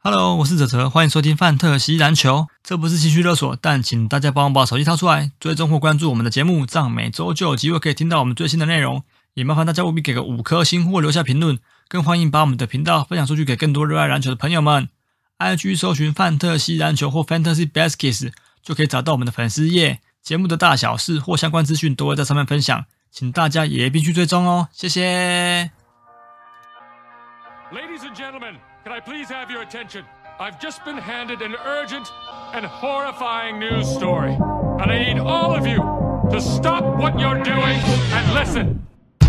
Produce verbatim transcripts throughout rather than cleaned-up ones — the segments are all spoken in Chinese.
Hello， 我是哲哲，欢迎收听范特西篮球。这不是情绪勒索，但请大家帮我把手机掏出来，追踪或关注我们的节目，这样每周就有机会可以听到我们最新的内容。也麻烦大家务必给个五颗星或留下评论，更欢迎把我们的频道分享出去给更多热爱篮球的朋友们。I G 搜寻范特西篮球或 Fantasy Baskets 就可以找到我们的粉丝页，节目的大小事或相关资讯都会在上面分享，请大家也必须追踪哦，谢谢。 Ladies and gentlemen, can I please have your attention? I've just been handed an urgent and horrifying news story, and I need all of you to stop what you're doing and listen.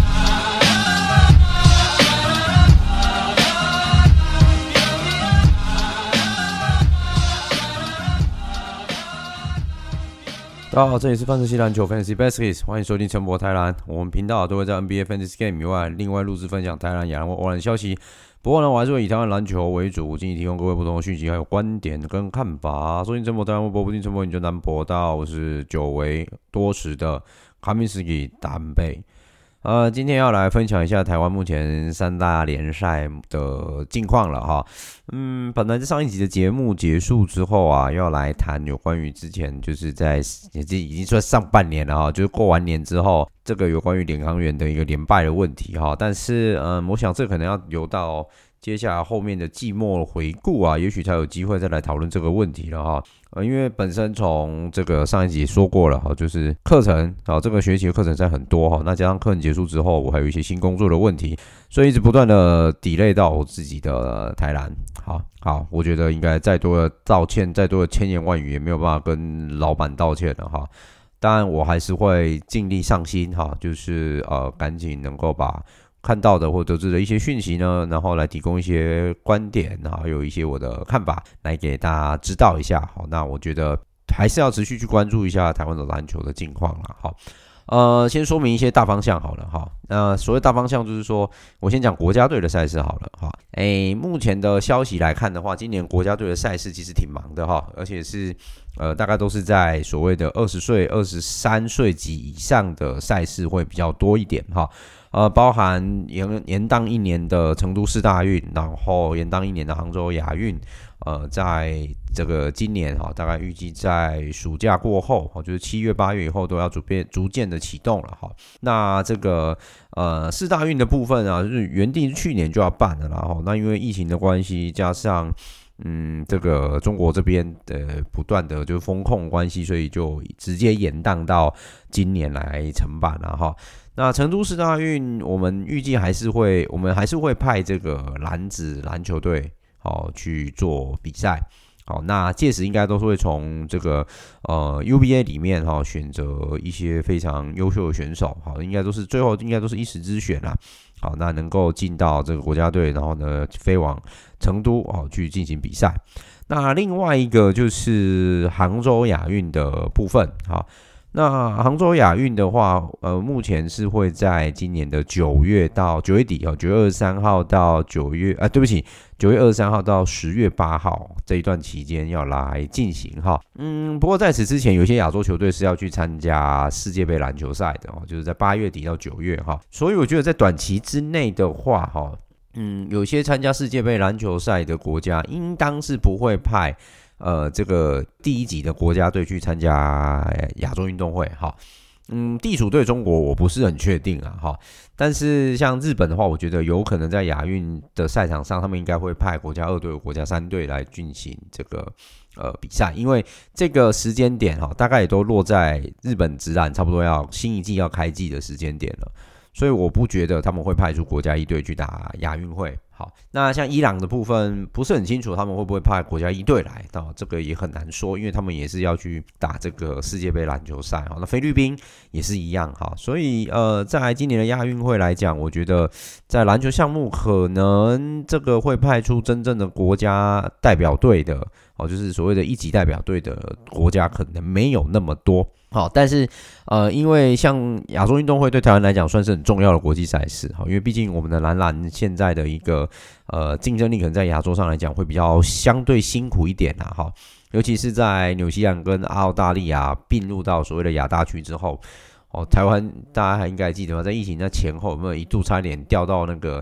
大家好，这里是范特西篮球 Fantasy Baskets， 欢迎收听陈博台篮。我们频道都会在 N B A Fantasy Game 以外，另外录制分享台篮、亚篮或欧篮的消息。不过呢，我还是会以台湾篮球为主，尽力提供各位不同的讯息，还有观点跟看法。收听陈博台篮或播不进陈博，你就难博到。我是久违多时的卡米斯基丹贝。呃，今天要来分享一下台湾目前三大联赛的近况了哈。嗯，本来在上一集的节目结束之后啊，要来谈有关于之前就是在已经已经算上半年了哈，就是过完年之后，这个有关于领航员的一个连败的问题哈。但是嗯，我想这可能要留到接下来后面的季末回顾啊，也许才有机会再来讨论这个问题了哈。呃，因为本身从这个上一集说过了哈，就是课程啊，这个学期的课程在很多哈，那加上课程结束之后，我还有一些新工作的问题，所以一直不断的 delay 到我自己的台篮。好，好，我觉得应该再多的道歉，再多的千言万语也没有办法跟老板道歉了哈。当然，我还是会尽力上心哈，就是呃，赶紧能够把看到的或得知的一些讯息呢，然后来提供一些观点，然后有一些我的看法来给大家知道一下。好，那我觉得还是要持续去关注一下台湾的篮球的近况啦。好，呃，先说明一些大方向好了哈。那所谓大方向就是说，我先讲国家队的赛事好了哈。诶，目前的消息来看的话，今年国家队的赛事其实挺忙的哈，而且是呃大概都是在所谓的二十岁、二十三岁及以上的赛事会比较多一点哈。呃，包含延延当一年的成都世大运，然后延当一年的杭州亚运，呃，在这个今年哈，大概预计在暑假过后，就是七月八月以后都要逐渐逐渐的启动了哈。那这个呃世大运的部分啊，就是原定去年就要办了啦哈，那因为疫情的关系，加上嗯，这个中国这边的不断的就风控关系，所以就直接延宕到今年来承办了哈。那成都世大运，我们预计还是会，我们还是会派这个男子篮球队好去做比赛。好，那届时应该都是会从这个呃 U B A 里面哈选择一些非常优秀的选手，好，应该都是最后应该都是一时之选啦。好，那能够进到这个国家队，然后呢飞往成都好去进行比赛。那另外一个就是杭州亚运的部分，好。那杭州亚运的话，呃，目前是会在今年的九月到九月底哦，九月二十三号到九月啊，对不起，九月二十三号到十月八号这一段期间要来进行哈。嗯，不过在此之前，有些亚洲球队是要去参加世界杯篮球赛的哦，就是在八月底到九月哈。所以我觉得在短期之内的话哈，嗯，有些参加世界杯篮球赛的国家，应当是不会派。呃，这个第一级的国家队去参加亚洲运动会，哈，嗯，地主队中国我不是很确定啊，哈，但是像日本的话，我觉得有可能在亚运的赛场上，他们应该会派国家二队、国家三队来进行这个呃比赛，因为这个时间点哈，大概也都落在日本职篮差不多要新一季要开季的时间点了，所以我不觉得他们会派出国家一队去打亚运会。好，那像伊朗的部分不是很清楚，他们会不会派国家一队来？到这个也很难说，因为他们也是要去打这个世界杯篮球赛。好，那菲律宾也是一样。好，所以呃，在今年的亚运会来讲，我觉得在篮球项目可能这个会派出真正的国家代表队的，哦，就是所谓的一级代表队的国家，可能没有那么多。好，但是呃，因为像亚洲运动会对台湾来讲算是很重要的国际赛事，好，因为毕竟我们的男篮现在的一个呃竞争力可能在亚洲上来讲会比较相对辛苦一点啦，哈，尤其是在纽西兰跟澳大利亚并入到所谓的亚大区之后，哦，台湾大家还应该记得吗？在疫情的前后有没有一度差点掉到那个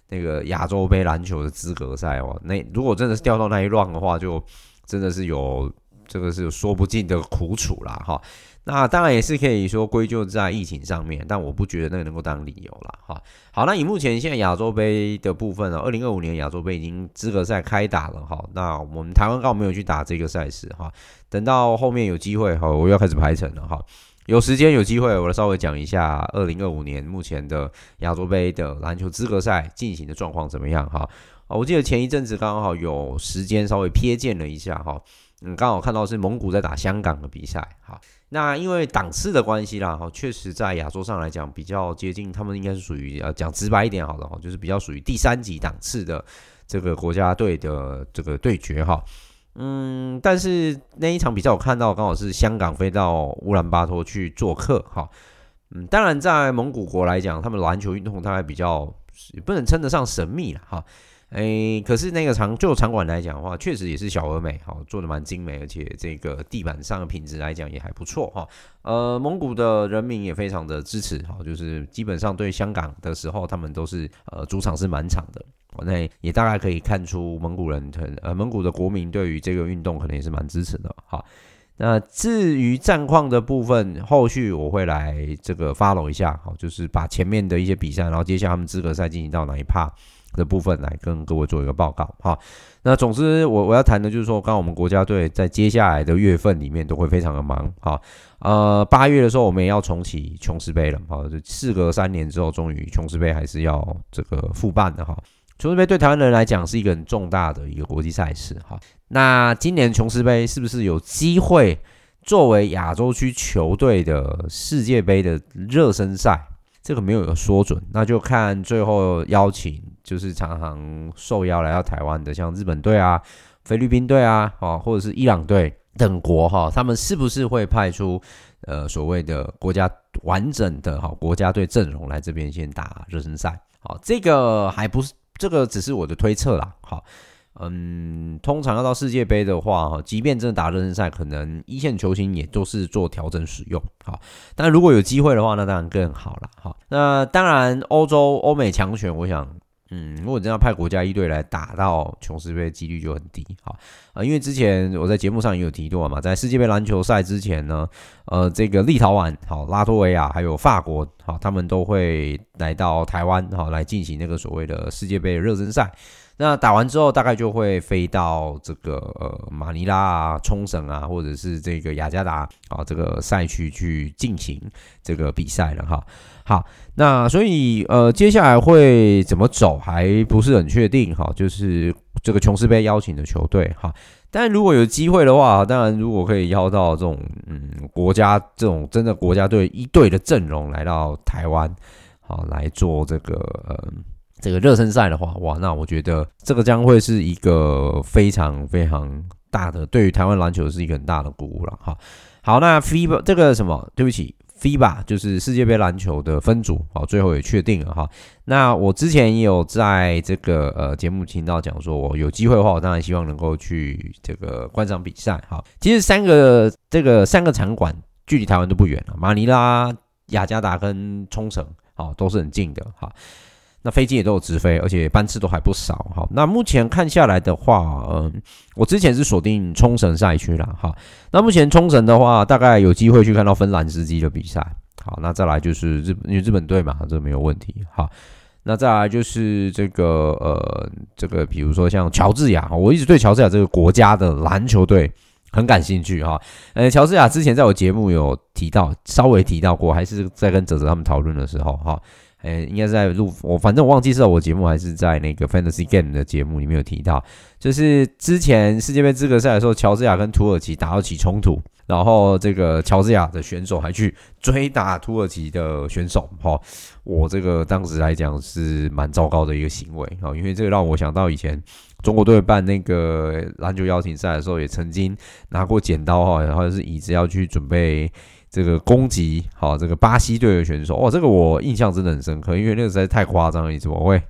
那个亚洲杯篮球的资格赛哦。那如果真的是掉到那一 round 的话，就真的是有这个是有说不尽的苦楚啦哈。那当然也是可以说归咎在疫情上面，但我不觉得那个能够当理由啦哈。好，那以目前现在亚洲杯的部分哦，二零二五年亚洲杯已经资格赛开打了哈。那我们台湾刚好没有去打这个赛事哈，等到后面有机会哈，我又要开始排程了哈。有时间有机会，我来稍微讲一下二零二五年目前的亚洲杯的篮球资格赛进行的状况怎么样哈。我记得前一阵子刚好有时间稍微瞥见了一下哈，嗯，刚好看到是蒙古在打香港的比赛哈。那因为档次的关系啦，确实在亚洲上来讲比较接近，他们应该是属于呃讲直白一点好了，就是比较属于第三级档次的这个国家队的这个对决哈。嗯，但是那一场比赛我看到刚好是香港飞到乌兰巴托去做客哈。嗯，当然在蒙古国来讲，他们篮球运动大概比较也不能称得上神秘啦哈。诶，可是那个场就场馆来讲的话，确实也是小而美，好做的蛮精美，而且这个地板上的品质来讲也还不错哈。呃，蒙古的人民也非常的支持，哈，就是基本上对香港的时候，他们都是呃主场是满场的，那也大概可以看出蒙古人呃蒙古的国民对于这个运动可能也是蛮支持的哈。那至于战况的部分，后续我会来这个 follow 一下，好，就是把前面的一些比赛，然后接下来他们资格赛进行到哪一趴的部分来跟各位做一个报告哈。那总之我我要谈的就是说，刚刚我们国家队在接下来的月份里面都会非常的忙哈。呃，八月的时候我们也要重启琼斯杯了哈，就事隔三年之后，终于琼斯杯还是要这个复办的哈。琼斯杯对台湾人来讲是一个很重大的一个国际赛事哈。那今年琼斯杯是不是有机会作为亚洲区球队的世界杯的热身赛？这个没有说准，那就看最后邀请，就是常常受邀来到台湾的，像日本队啊、菲律宾队啊，或者是伊朗队等国哈，他们是不是会派出呃所谓的国家完整的国家队阵容来这边先打热身赛？好，这个还不是，这个只是我的推测啦。好。嗯，通常要到世界杯的话，即便真的打热身赛，可能一线球星也都是做调整使用。好，但如果有机会的话，那当然更好了。好，那当然欧洲、欧美强权，我想，嗯，如果真要派国家一队来打到琼斯杯，几率就很低。好，呃，因为之前我在节目上也有提过嘛，在世界杯篮球赛之前呢，呃，这个立陶宛、好拉脱维亚还有法国，好，他们都会来到台湾，好来进行那个所谓的世界杯的热身赛。那打完之后，大概就会飞到这个呃马尼拉啊、冲绳啊，或者是这个雅加达啊这个赛区去进行这个比赛了哈。好，那所以呃接下来会怎么走还不是很确定哈，就是这个琼斯杯邀请的球队哈。但如果有机会的话，当然如果可以邀到这种嗯国家这种真的国家队一队的阵容来到台湾，好来做这个呃。这个热身赛的话，哇，那我觉得这个将会是一个非常非常大的，对于台湾篮球是一个很大的鼓舞了哈。好，那 F I B A 这个什么，对不起 ，F I B A 就是世界杯篮球的分组，好，最后也确定了哈。那我之前也有在这个呃节目听到讲说，我有机会的话，我当然希望能够去这个观赏比赛哈。其实三个这个三个场馆距离台湾都不远了，马尼拉、雅加达跟冲绳，好，都是很近的哈。那飞机也都有直飞，而且班次都还不少哈。那目前看下来的话，嗯，我之前是锁定冲绳赛区啦哈。那目前冲绳的话，大概有机会去看到芬兰斯基的比赛。好，那再来就是日因为日本队嘛，这没有问题。好，那再来就是这个呃，这个比如说像乔治亚，我一直对乔治亚这个国家的篮球队很感兴趣哈。呃，乔治亚之前在我节目有提到，稍微提到过，还是在跟泽泽他们讨论的时候哈。诶，应该是在录我，反正我忘记是我节目还是在那个 Fantasy Game 的节目里面有提到，就是之前世界杯资格赛的时候，乔治亚跟土耳其打到起冲突，然后这个乔治亚的选手还去追打土耳其的选手，哈，我这个当时来讲是蛮糟糕的一个行为，哈，因为这个让我想到以前中国队办那个篮球邀请赛的时候，也曾经拿过剪刀哈，然后是椅子要去准备。这个攻击好，这个巴西队的选手，哇，这个我印象真的很深刻，因为那个实在太夸张了，你怎么会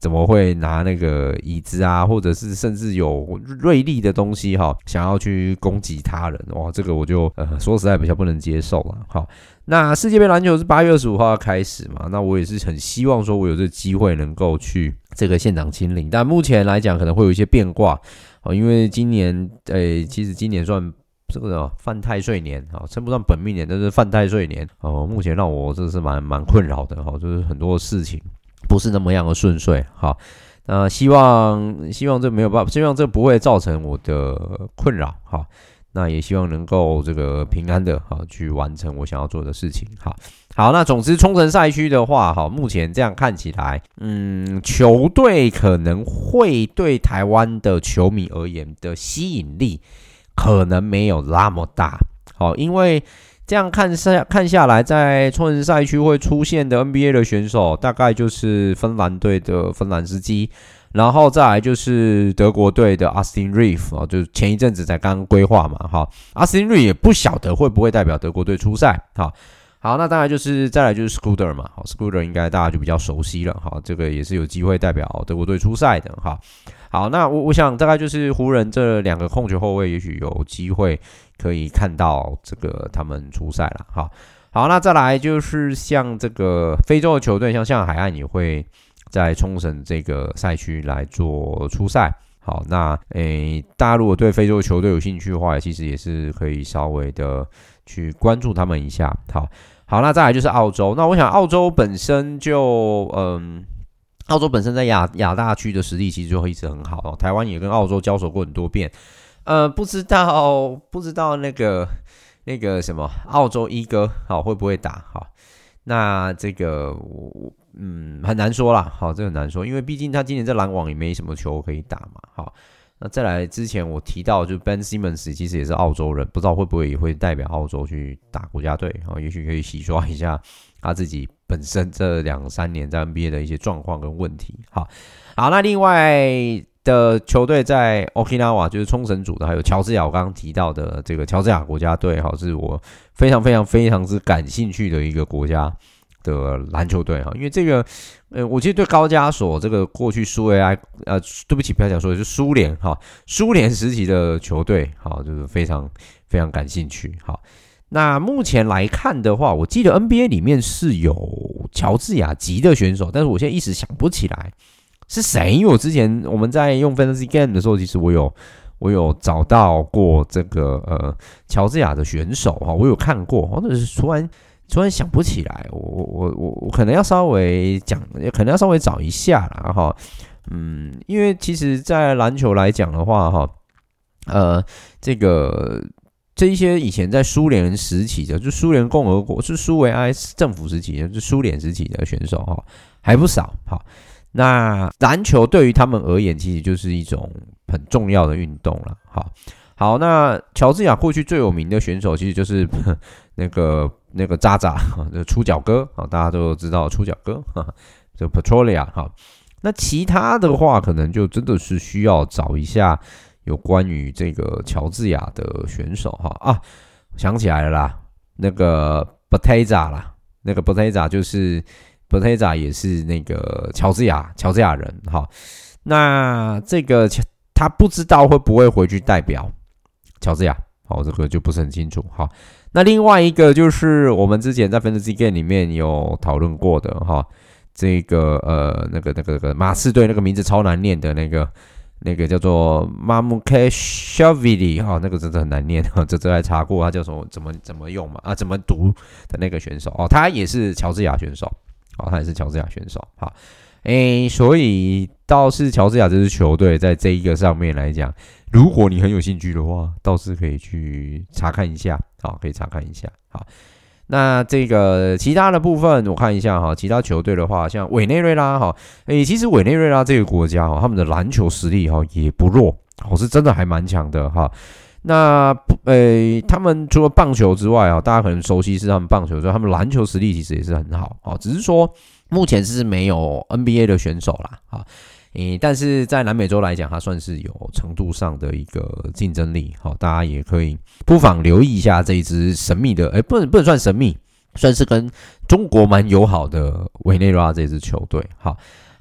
怎么会拿那个椅子啊，或者是甚至有锐利的东西哈，想要去攻击他人？哇，这个我就呃说实在比较不能接受了。好，那世界杯篮球是八月二十五号要开始嘛，那我也是很希望说我有这个机会能够去这个现场亲临，但目前来讲可能会有一些变卦，因为今年诶，其实今年算这个犯太岁年，称不上本命年，但是犯太岁年哦，目前让我真的是蛮蛮困扰的，就是很多事情不是那么样的顺遂。好，那希望希望这没有办法，希望这不会造成我的困扰。好，那也希望能够这个平安的好去完成我想要做的事情。好，好，那总之冲绳赛区的话，好，目前这样看起来，嗯，球队可能会对台湾的球迷而言的吸引力可能没有那么大。好，因为这样看下看下来，在冲绳赛区会出现的 N B A 的选手，大概就是芬兰队的芬兰斯基，然后再来就是德国队的 Austin Reeves 啊，就是前一阵子才刚刚规划嘛，哈 ，Austin Reeves 也不晓得会不会代表德国队出赛，好，好，那当然就是再来就是 Scooter 嘛，好 ，Scooter 应该大家就比较熟悉了，哈，这个也是有机会代表德国队出赛的，哈。好，那我我想大概就是湖人这两个控球后卫，也许有机会可以看到这个他们出赛了。好，好，那再来就是像这个非洲的球队，像像海岸也会在冲绳这个赛区来做出赛。好，那诶，大家如果对非洲球队有兴趣的话，其实也是可以稍微的去关注他们一下。好，好，那再来就是澳洲。那我想澳洲本身就嗯。澳洲本身在亚亚大区的实力其实就一直很好哦，台湾也跟澳洲交手过很多遍，呃，不知道不知道那个那个什么澳洲一哥好会不会打好？那这个嗯很难说啦，好，这很难说，因为毕竟他今年在篮网也没什么球可以打嘛，好，那再来之前我提到就 Ben Simmons 其实也是澳洲人，不知道会不会也会代表澳洲去打国家队，好，也许可以洗刷一下他自己本身这两三年在 N B A 的一些状况跟问题。好，好，那另外的球队在 Okinawa 就是冲绳组的，还有乔治亚，我刚刚提到的这个乔治亚国家队，好，是我非常非常非常之感兴趣的一个国家的篮球队哈，因为这个呃，我其实对高加索这个过去苏维埃呃，对不起，不要讲说是苏联哈，苏联时期的球队，好，就是非常非常感兴趣。好。那目前来看的话，我记得 N B A 里面是有乔治亚籍的选手，但是我现在一时想不起来是谁，因为我之前我们在用 Fantasy Game 的时候，其实我有我有找到过这个呃乔治亚的选手哈，我有看过，或者是突然突然想不起来，我我我我可能要稍微讲，可能要稍微找一下啦哈，嗯，因为其实在篮球来讲的话哈，呃，这个。这一些以前在苏联时期的，就苏联共和国是苏维埃政府时期的，就苏联时期的选手哈，还不少。好，那篮球对于他们而言，其实就是一种很重要的运动了。好，好，那乔治亚过去最有名的选手，其实就是那个那个渣渣，出脚哥啊，大家都知道出脚哥，这 Petrolia 哈。那其他的话，可能就真的是需要找一下。有关于这个乔治亚的选手哈啊，想起来了啦，那个 Bethesda 啦，那个 Bethesda 就是 Bethesda 也是那个乔治亚乔治亚人哈。那这个他不知道会不会回去代表乔治亚，好，这个就不是很清楚。好，那另外一个就是我们之前在 Fantasy Game 里面有讨论过的哈，这个呃那个那个那个马刺队那个名字超难念的那个。那个叫做 Mamukashvili 哈，那个真的很难念哈，这这还查过他叫什么怎么怎么用嘛啊怎么读的那个选手哦，他也是乔治亚选手，哦，他也是乔治亚选手，好，诶，所以倒是乔治亚这支球队在这一个上面来讲，如果你很有兴趣的话，倒是可以去查看一下，好，可以查看一下，好。那这个其他的部分我看一下哈，其他球队的话，像委内瑞拉哈，诶，其实委内瑞拉这个国家哈，他们的篮球实力哈也不弱，哦，是真的还蛮强的哈。那诶，他们除了棒球之外啊，大家可能熟悉是他们棒球之外，他们篮球实力其实也是很好，哦，只是说目前是没有 N B A 的选手啦，啊。诶，但是在南美洲来讲，它算是有程度上的一个竞争力，好，大家也可以不妨留意一下这一支神秘的，诶，不能不能算神秘，算是跟中国蛮友好的委内瑞拉这支球队，好。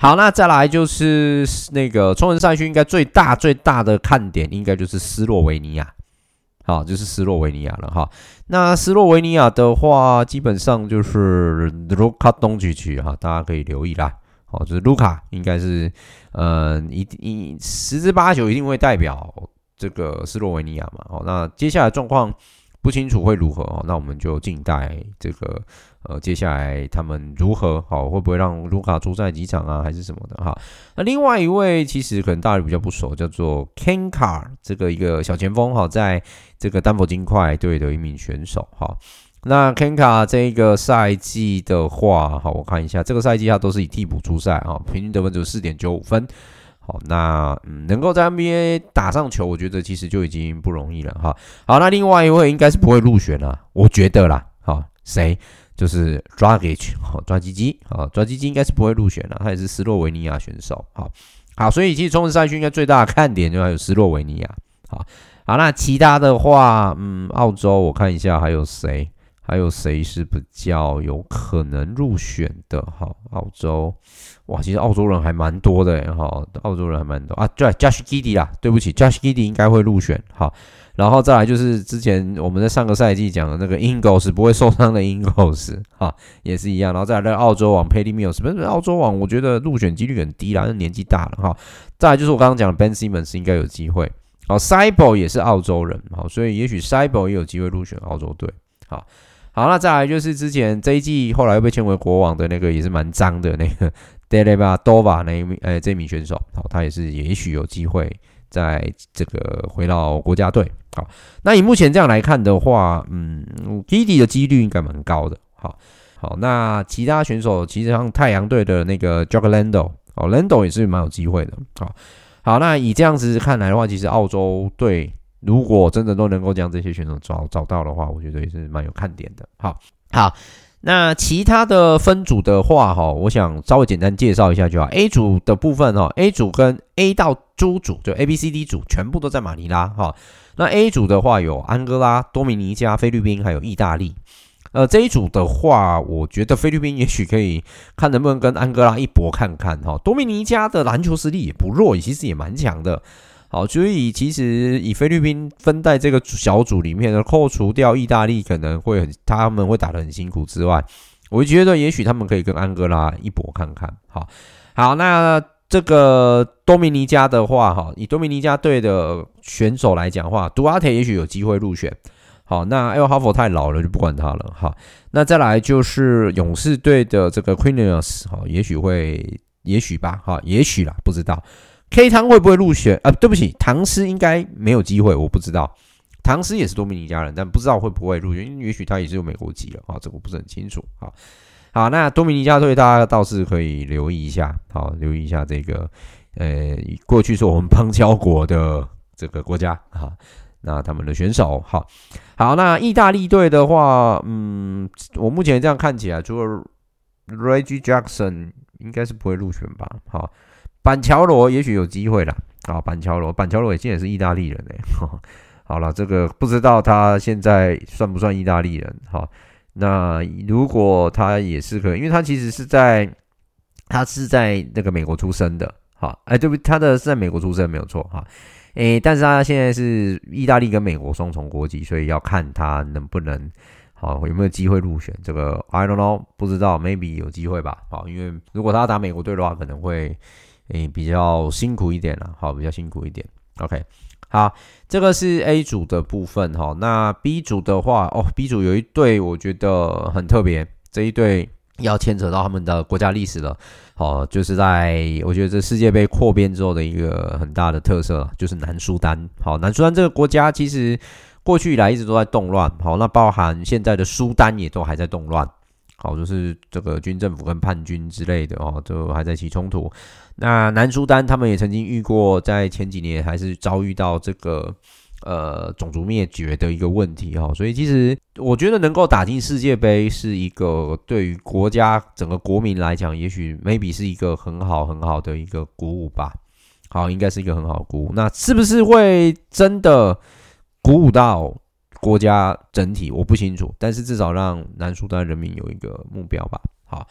好，那再来就是那个冲绳赛区应该最大最大的看点，应该就是斯洛维尼亚。好，就是斯洛维尼亚了哈。那斯洛维尼亚的话，基本上就是卢卡东契奇哈，大家可以留意啦。好，就是卢卡应该是呃一一十之八九一定会代表这个斯洛维尼亚嘛。好，那接下来状况不清楚会如何哦，那我们就静待这个呃接下来他们如何好，会不会让卢卡出赛几场啊，还是什么的哈。那另外一位其实可能大家比较不熟，叫做 Kenkar 这个一个小前锋哈，在这个丹佛金块队的一名选手哈。那 Kenkar 这个赛季的话，好，我看一下，这个赛季他都是以替补出赛啊，平均得分只有 四点九五 分。好，那嗯，能够在 N B A 打上球，我觉得其实就已经不容易了哈。好，那另外一位应该是不会入选啦，我觉得啦。好，谁？就是 Dragic 好，抓鸡鸡好，抓鸡鸡应该是不会入选啦，他也是斯洛维尼亚选手。好，好，所以其实冲绳赛区应该最大的看点就还有斯洛维尼亚。好，好，那其他的话，嗯，澳洲我看一下还有谁？还有谁是比较有可能入选的？好，澳洲，哇，其实澳洲人还蛮多的耶，哈，澳洲人还蛮多啊。对 ，Josh Giddey 啦，对不起 ，Josh Giddey 应该会入选。好，然后再来就是之前我们在上个赛季讲的那个 Ingles 不会受伤的 Ingles 哈，也是一样。然后再来澳洲网 Patty Mills， 不是澳洲网，我觉得入选几率很低啦，因为年纪大了哈。再来就是我刚刚讲的 Ben Simmons 应该有机会。好 ，Cybo 也是澳洲人，好，所以也许 Cybo 也有机会入选澳洲队。好。好，那再来就是之前这一季后来又被签为国王的那个也是蛮脏的那个 Dellavedova 那一名呃这名选手，好，他也是也许有机会在这个回到国家队。好，那以目前这样来看的话，嗯 ，Giddey 的几率应该蛮高的。好，好，那其他选手其实像太阳队的那个 Jock Landale， 哦 ，Landale 也是蛮有机会的。好，好，那以这样子看来的话，其实澳洲队。如果真的都能够将这些选手找找到的话，我觉得也是蛮有看点的。好，好，那其他的分组的话，哈，我想稍微简单介绍一下就好。A 组的部分，哈 ，A 组跟 A 到 D 组，就 A、B、C、D 组全部都在马尼拉，哈。那 A 组的话有安哥拉、多米尼加、菲律宾还有意大利。呃，这一组的话，我觉得菲律宾也许可以看能不能跟安哥拉一搏看看，哈。多米尼加的篮球实力也不弱，其实也蛮强的。好，所以其实以菲律宾分在这个小组里面呢，扣除掉意大利可能会很他们会打得很辛苦之外，我觉得也许他们可以跟安哥拉一搏看看。好，好，那这个多米尼加的话，哈，以多米尼加队的选手来讲的话，杜阿特也许有机会入选。好，那 Al Horford 太老了，就不管他了。好，那再来就是勇士队的这个 Quinnius， 好，也许会，也许吧，哈，也许啦，不知道。K 汤会不会入选？啊，对不起，唐斯应该没有机会，我不知道。唐斯也是多米尼加人，但不知道会不会入选，因为也许他也是有美国籍了啊，这个我不是很清楚。好，好，那多米尼加队大家倒是可以留意一下，好，留意一下这个，呃，过去是我们邦交国的这个国家啊，那他们的选手，好，好，那意大利队的话，嗯，我目前这样看起来，除了 Reggie Jackson 应该是不会入选吧，好。板桥罗也许有机会啦，啊，板桥罗，板桥罗也是意大利人诶、欸，好了，这个不知道他现在算不算意大利人，好，那如果他也是可以，因为他其实是在他是在那个美国出生的，好，哎，对不，他的是在美国出生没有错哈，诶，但是他现在是意大利跟美国双重国籍，所以要看他能不能。好，有没有机会入选？这个 I don't know， 不知道 ，maybe 有机会吧。好，因为如果他打美国队的话，可能会诶比较辛苦一点啦。好，比较辛苦一点。OK， 好，这个是 A 组的部分哈。那 B 组的话，哦 ，B 组有一队我觉得很特别，这一队要牵扯到他们的国家历史了。好，就是在我觉得这世界杯扩编之后的一个很大的特色，就是南苏丹。好，南苏丹这个国家其实。过去以来一直都在动乱，好，那包含现在的苏丹也都还在动乱，好，就是这个军政府跟叛军之类的哦，都还在起冲突。那南苏丹他们也曾经遇过，在前几年还是遭遇到这个呃种族灭绝的一个问题哈，所以其实我觉得能够打进世界杯是一个对于国家整个国民来讲，也许 maybe 是一个很好很好的一个鼓舞吧。好，应该是一个很好的鼓舞。那是不是会真的？鼓舞到国家整体我不清楚，但是至少让南苏丹人民有一个目标吧。好，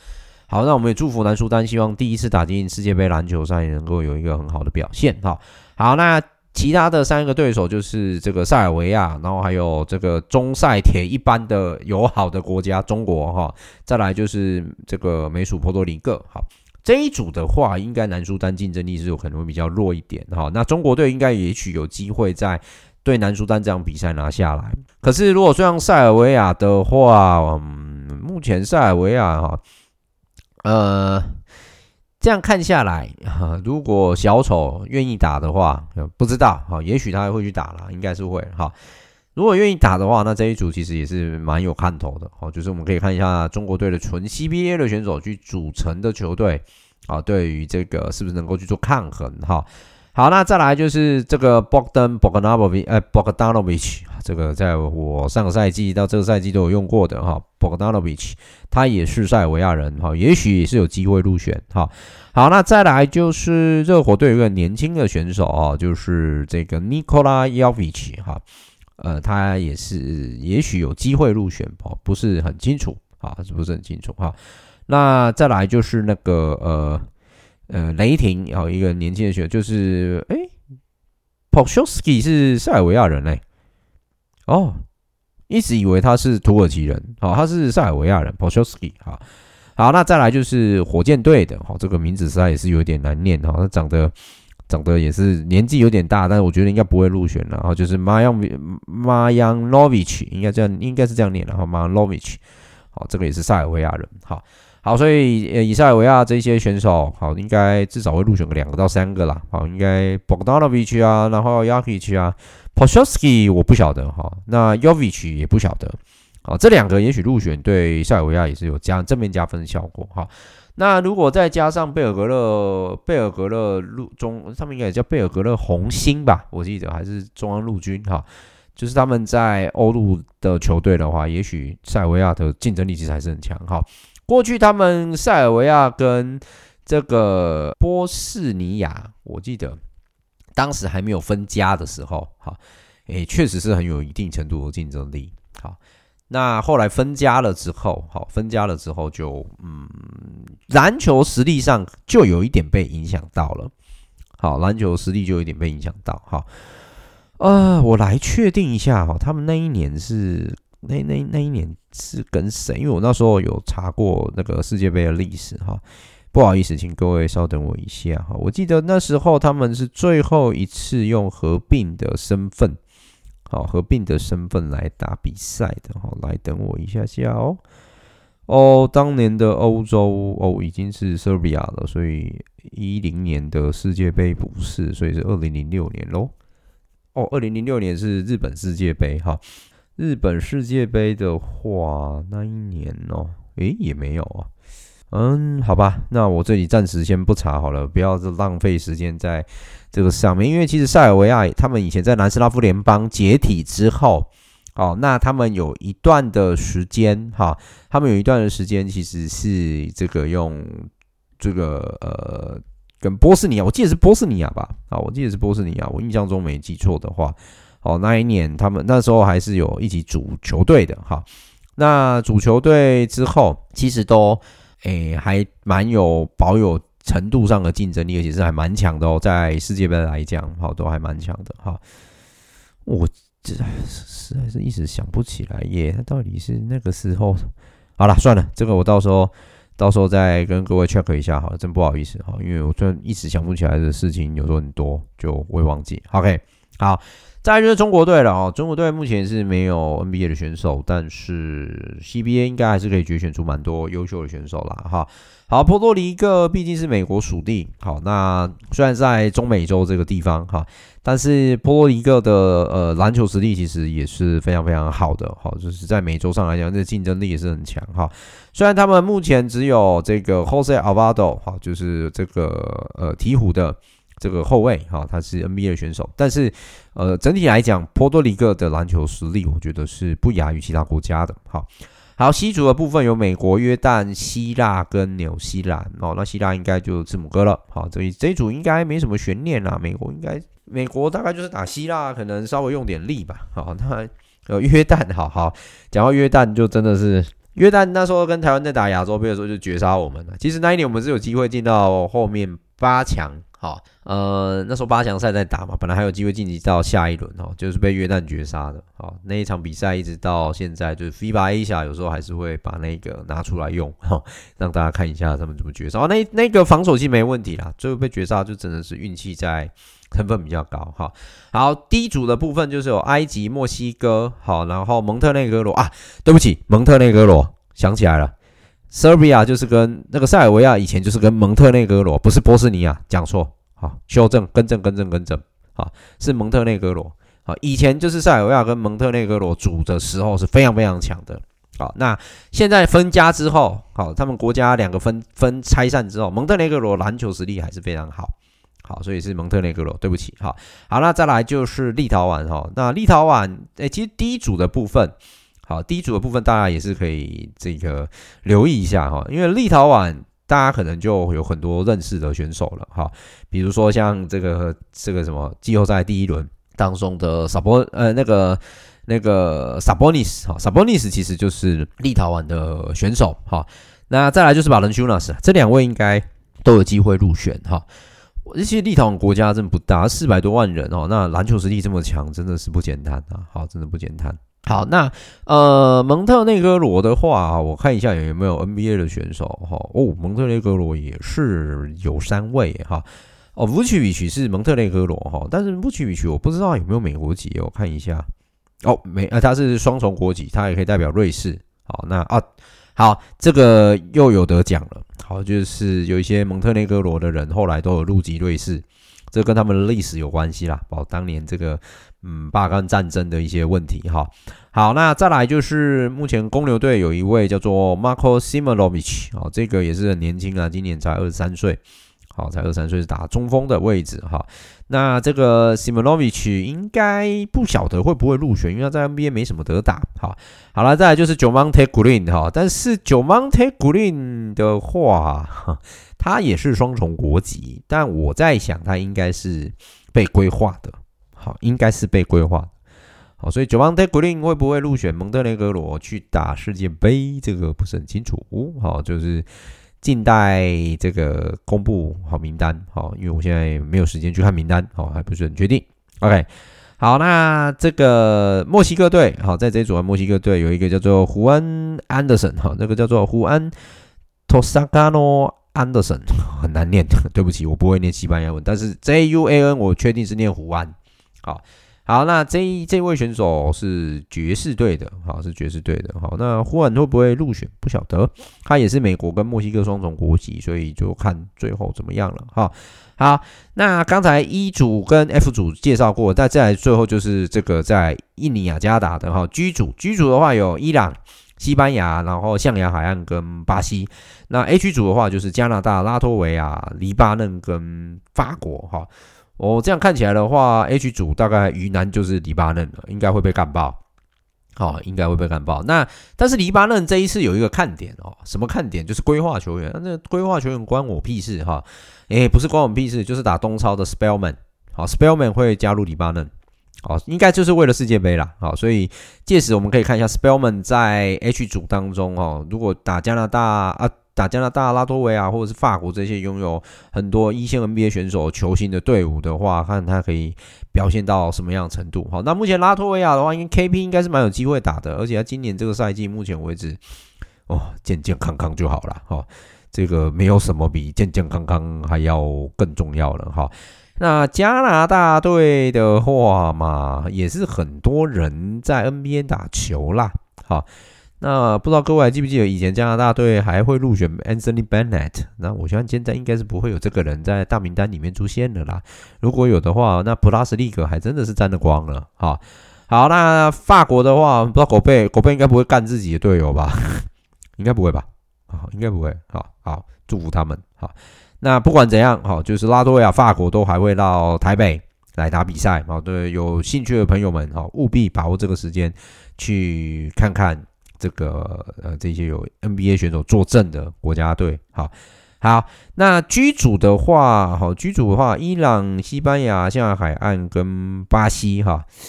好，那我们也祝福南苏丹，希望第一次打进世界杯篮球赛能够有一个很好的表现。好，好，那其他的三个对手就是这个塞尔维亚，然后还有这个中塞铁一般的友好的国家中国哈，再来就是这个美属波多黎各。好，这一组的话，应该南苏丹竞争力是有可能会比较弱一点哈。那中国队应该也许有机会在对南苏丹这场比赛拿下来。可是如果像塞尔维亚的话，嗯，目前塞尔维亚哈，呃。这样看下来，如果小丑愿意打的话，不知道，也许他会去打啦，应该是会。如果愿意打的话，那这一组其实也是蛮有看头的，就是我们可以看一下中国队的纯 C B A 的选手去组成的球队，对于这个是不是能够去做抗衡。好，那再来就是这个 Bogdan Bogdanovic， 呃 Bogdanovic， 这个在我上个赛季到这个赛季都有用过的哈 ，Bogdanovic， 他也是塞尔维亚人哈，也许也是有机会入选哈。好，那再来就是热火队有一个年轻的选手啊，就是这个 Nikola Jovic 哈，呃，他也是也许有机会入选哈，不是很清楚啊，是不是很清楚哈？那再来就是那个呃。呃，雷霆有一个年轻的选手，就是哎 ，Pokusevski 是塞尔维亚人嘞、欸，哦，一直以为他是土耳其人，好，他是塞尔维亚人 Pokusevski， 好，好，那再来就是火箭队的，好，这个名字实在也是有点难念，哈，他长得长得也是年纪有点大，但是我觉得应该不会入选了，然后就是 Marjanovic， 应该这样，应该是这样念的，哈 ，Marjanovic， 好，这个也是塞尔维亚人，好。好，所以呃，以塞尔维亚这些选手，好，应该至少会入选个两个到三个啦。好，应该 Bogdanovic 啊，然后 Jokic 啊 ，Pokusevski 我不晓得哈，那 Jovic 也不晓得。好，这两个也许入选对塞尔维亚也是有加正面加分的效果哈。那如果再加上贝尔格勒，贝尔格勒陆中，他们应该也叫贝尔格勒红星吧，我记得还是中央陆军哈。就是他们在欧陆的球队的话，也许塞尔维亚的竞争力其实还是很强哈。过去他们塞尔维亚跟这个波士尼亚，我记得当时还没有分家的时候，好，诶，确实是很有一定程度的竞争力。好，那后来分家了之后，好，分家了之后就，嗯，篮球实力上就有一点被影响到了。好，篮球实力就有一点被影响到。好，呃，我来确定一下哈，他们那一年是。那那那一年是跟谁？因为我那时候有查过那个世界杯的历史哈，不好意思，请各位稍等我一下哈。我记得那时候他们是最后一次用合并的身份，好，合并的身份来打比赛的哈。来等我一下下哦。哦，当年的欧洲哦已经是 Serbia 了，所以十年的世界杯不是，所以是二零零六年咯。哦，二零零六年是日本世界杯哈。日本世界杯的话，那一年哦，诶，也没有啊。嗯，好吧，那我这里暂时先不查好了，不要浪费时间在这个上面。因为其实塞尔维亚他们以前在南斯拉夫联邦解体之后，好，那他们有一段的时间，哈，他们有一段的时间其实是这个用这个呃，跟波斯尼亚，我记得是波斯尼亚吧，啊，我记得是波斯尼亚，我印象中没记错的话。哦，那一年他们那时候还是有一起组球队的哈。那组球队之后，其实都诶还蛮有保有程度上的竞争力，而且是还蛮强的哦，在世界杯来讲，好都还蛮强的哈。我这实在是一时想不起来耶，他到底是那个时候？好了，算了，这个我到时候到时候再跟各位 check 一下哈，真不好意思哈，因为我突然一时想不起来的事情有时候很多，就会忘记。OK， 好。再来就是中国队了哦，中国队目前是没有 N B A 的选手，但是 C B A 应该还是可以决选出蛮多优秀的选手啦哈。好，波多黎各毕竟是美国属地，好，那虽然在中美洲这个地方哈，但是波多黎各的呃篮球实力其实也是非常非常好的，好，就是在美洲上来讲，这竞争力也是很强哈。虽然他们目前只有这个 Jose Alvarado， 好，就是这个呃鹈鹕的。这个后卫哈，他是 N B A 的选手，但是呃整体来讲，波多黎各的篮球实力，我觉得是不亚于其他国家的。好，好，西组的部分有美国、约旦、希腊跟纽西兰哦，那希腊应该就字母哥了。好，这一这一组应该没什么悬念啦，美国应该美国大概就是打希腊，可能稍微用点力吧。好，那呃约旦，好好讲到约旦就真的是约旦那时候跟台湾在打亚洲杯的时候就绝杀我们了。其实那一年我们是有机会进到后面八强，好，呃，那时候八强赛在打嘛，本来还有机会晋级到下一轮哦，就是被约旦绝杀的。好，那一场比赛一直到现在，就是 F I B A Asia 有时候还是会把那个拿出来用，哈，让大家看一下他们怎么绝杀。哦，那那个防守性没问题啦，最后被绝杀就真的是运气在成分比较高。好，好，第一组的部分就是有埃及、墨西哥，好，然后蒙特内哥罗啊，对不起，蒙特内哥罗想起来了。Serbia 就是跟那个塞尔维亚以前就是跟蒙特内哥罗，不是波斯尼亚，讲错，好，修正，更正，更正，更正，好，是蒙特内哥罗，好，以前就是塞尔维亚跟蒙特内哥罗组的时候是非常非常强的，好，那现在分家之后，好，他们国家两个分分拆散之后，蒙特内哥罗篮球实力还是非常好，好，所以是蒙特内哥罗，对不起，好，好，那再来就是立陶宛哈，那立陶宛，诶，其实第一组的部分。好，第一组的部分大家也是可以这个留意一下哈，因为立陶宛大家可能就有很多认识的选手了哈，比如说像这个这个什么季后赛第一轮当中的萨波呃那个那个 Sabonis 哈 Sabonis 其实就是立陶宛的选手哈，那再来就是Valanciunas，这两位应该都有机会入选哈。这些立陶宛国家真的不大，四百多万人哦，那篮球实力这么强，真的是不简单啊！好，真的不简单。好，那呃，蒙特内哥罗的话，我看一下有没有 N B A 的选手哈。哦，蒙特内哥罗也是有三位哈。哦，乌奇比奇是蒙特内哥罗哈，但是乌奇比奇我不知道有没有美国籍，我看一下。哦，美啊，他是双重国籍，他也可以代表瑞士。好，那啊，好，这个又有得奖了。好，就是有一些蒙特内哥罗的人后来都有入籍瑞士，这跟他们的历史有关系啦。哦，当年这个嗯巴干战争的一些问题哈。好，那再来就是目前公牛队有一位叫做 Marko Simonovic， 哦，这个也是很年轻啊，今年才二十三岁。好，才二十三岁是打中锋的位置哈。那这个 Simonovic 应该不晓得会不会入选，因为他在 N B A 没什么得打。好，好了，再来就是 Javonte Green 哈，但是 Javonte Green 的话，他也是双重国籍，但我在想他应该是被规划的，好，应该是被规划的。好，所以 Javonte Green 会不会入选蒙特内哥罗去打世界杯，这个不是很清楚。好，就是静待这个公布好名单，好，因为我现在没有时间去看名单，好，还不是很确定。OK， 好，那这个墨西哥队，好，在这一组的墨西哥队有一个叫做胡安安德森，好，那个叫做胡安 Toscano Anderson， 很难念，对不起，我不会念西班牙文，但是 J U A N 我确定是念胡安，好。好，那这这位选手是爵士队的，好，是爵士队的，好，那胡安会不会入选不晓得，他也是美国跟墨西哥双重国籍，所以就看最后怎么样了，哈。好，那刚才一组跟 F 组介绍过，但再来最后就是这个在印尼雅加达的哈 G 组 ，G 组的话有伊朗、西班牙，然后象牙海岸跟巴西。那 H 组的话就是加拿大、拉脱维亚、黎巴嫩跟法国，哈。哦，这样看起来的话 ，H 组大概鱼腩就是黎巴嫩了，应该会被干爆。好、哦，应该会被干爆。那但是黎巴嫩这一次有一个看点哦，什么看点？就是规划球员。那规划球员关我屁事哈！诶，不是关我屁事，就是打东超的 Spellman。好 ，Spellman 会加入黎巴嫩。好，应该就是为了世界杯啦。好，所以届时我们可以看一下 Spellman 在 H 组当中哦，如果打加拿大啊。打加拿大、拉脱维亚或者是法国这些拥有很多一线 N B A 选手球星的队伍的话，看他可以表现到什么样的程度。好，那目前拉脱维亚的话，因为 K P 应该是蛮有机会打的，而且他今年这个赛季目前为止，哦，健健康康就好了。哦，这个没有什么比健健康康还要更重要了。哈，那加拿大队的话嘛，也是很多人在 N B A 打球啦。好。那不知道各位还记不记得以前加拿大队还会入选 Anthony Bennett？ 那我相信现在应该是不会有这个人在大名单里面出现了啦。如果有的话，那 Plus League 还真的是沾得光了。好，好，那法国的话，不知道狗贝狗贝应该不会干自己的队友吧？应该不会吧？好，应该不会。好好，祝福他们。好，那不管怎样，好，就是拉脱维亚、法国都还会到台北来打比赛。好，对，有兴趣的朋友们，好，务必把握这个时间去看看。这个呃，这些有 N B A 选手坐镇的国家队，好，好，那G组的话，好，G组的话，伊朗、西班牙、象牙海岸跟巴西，哈，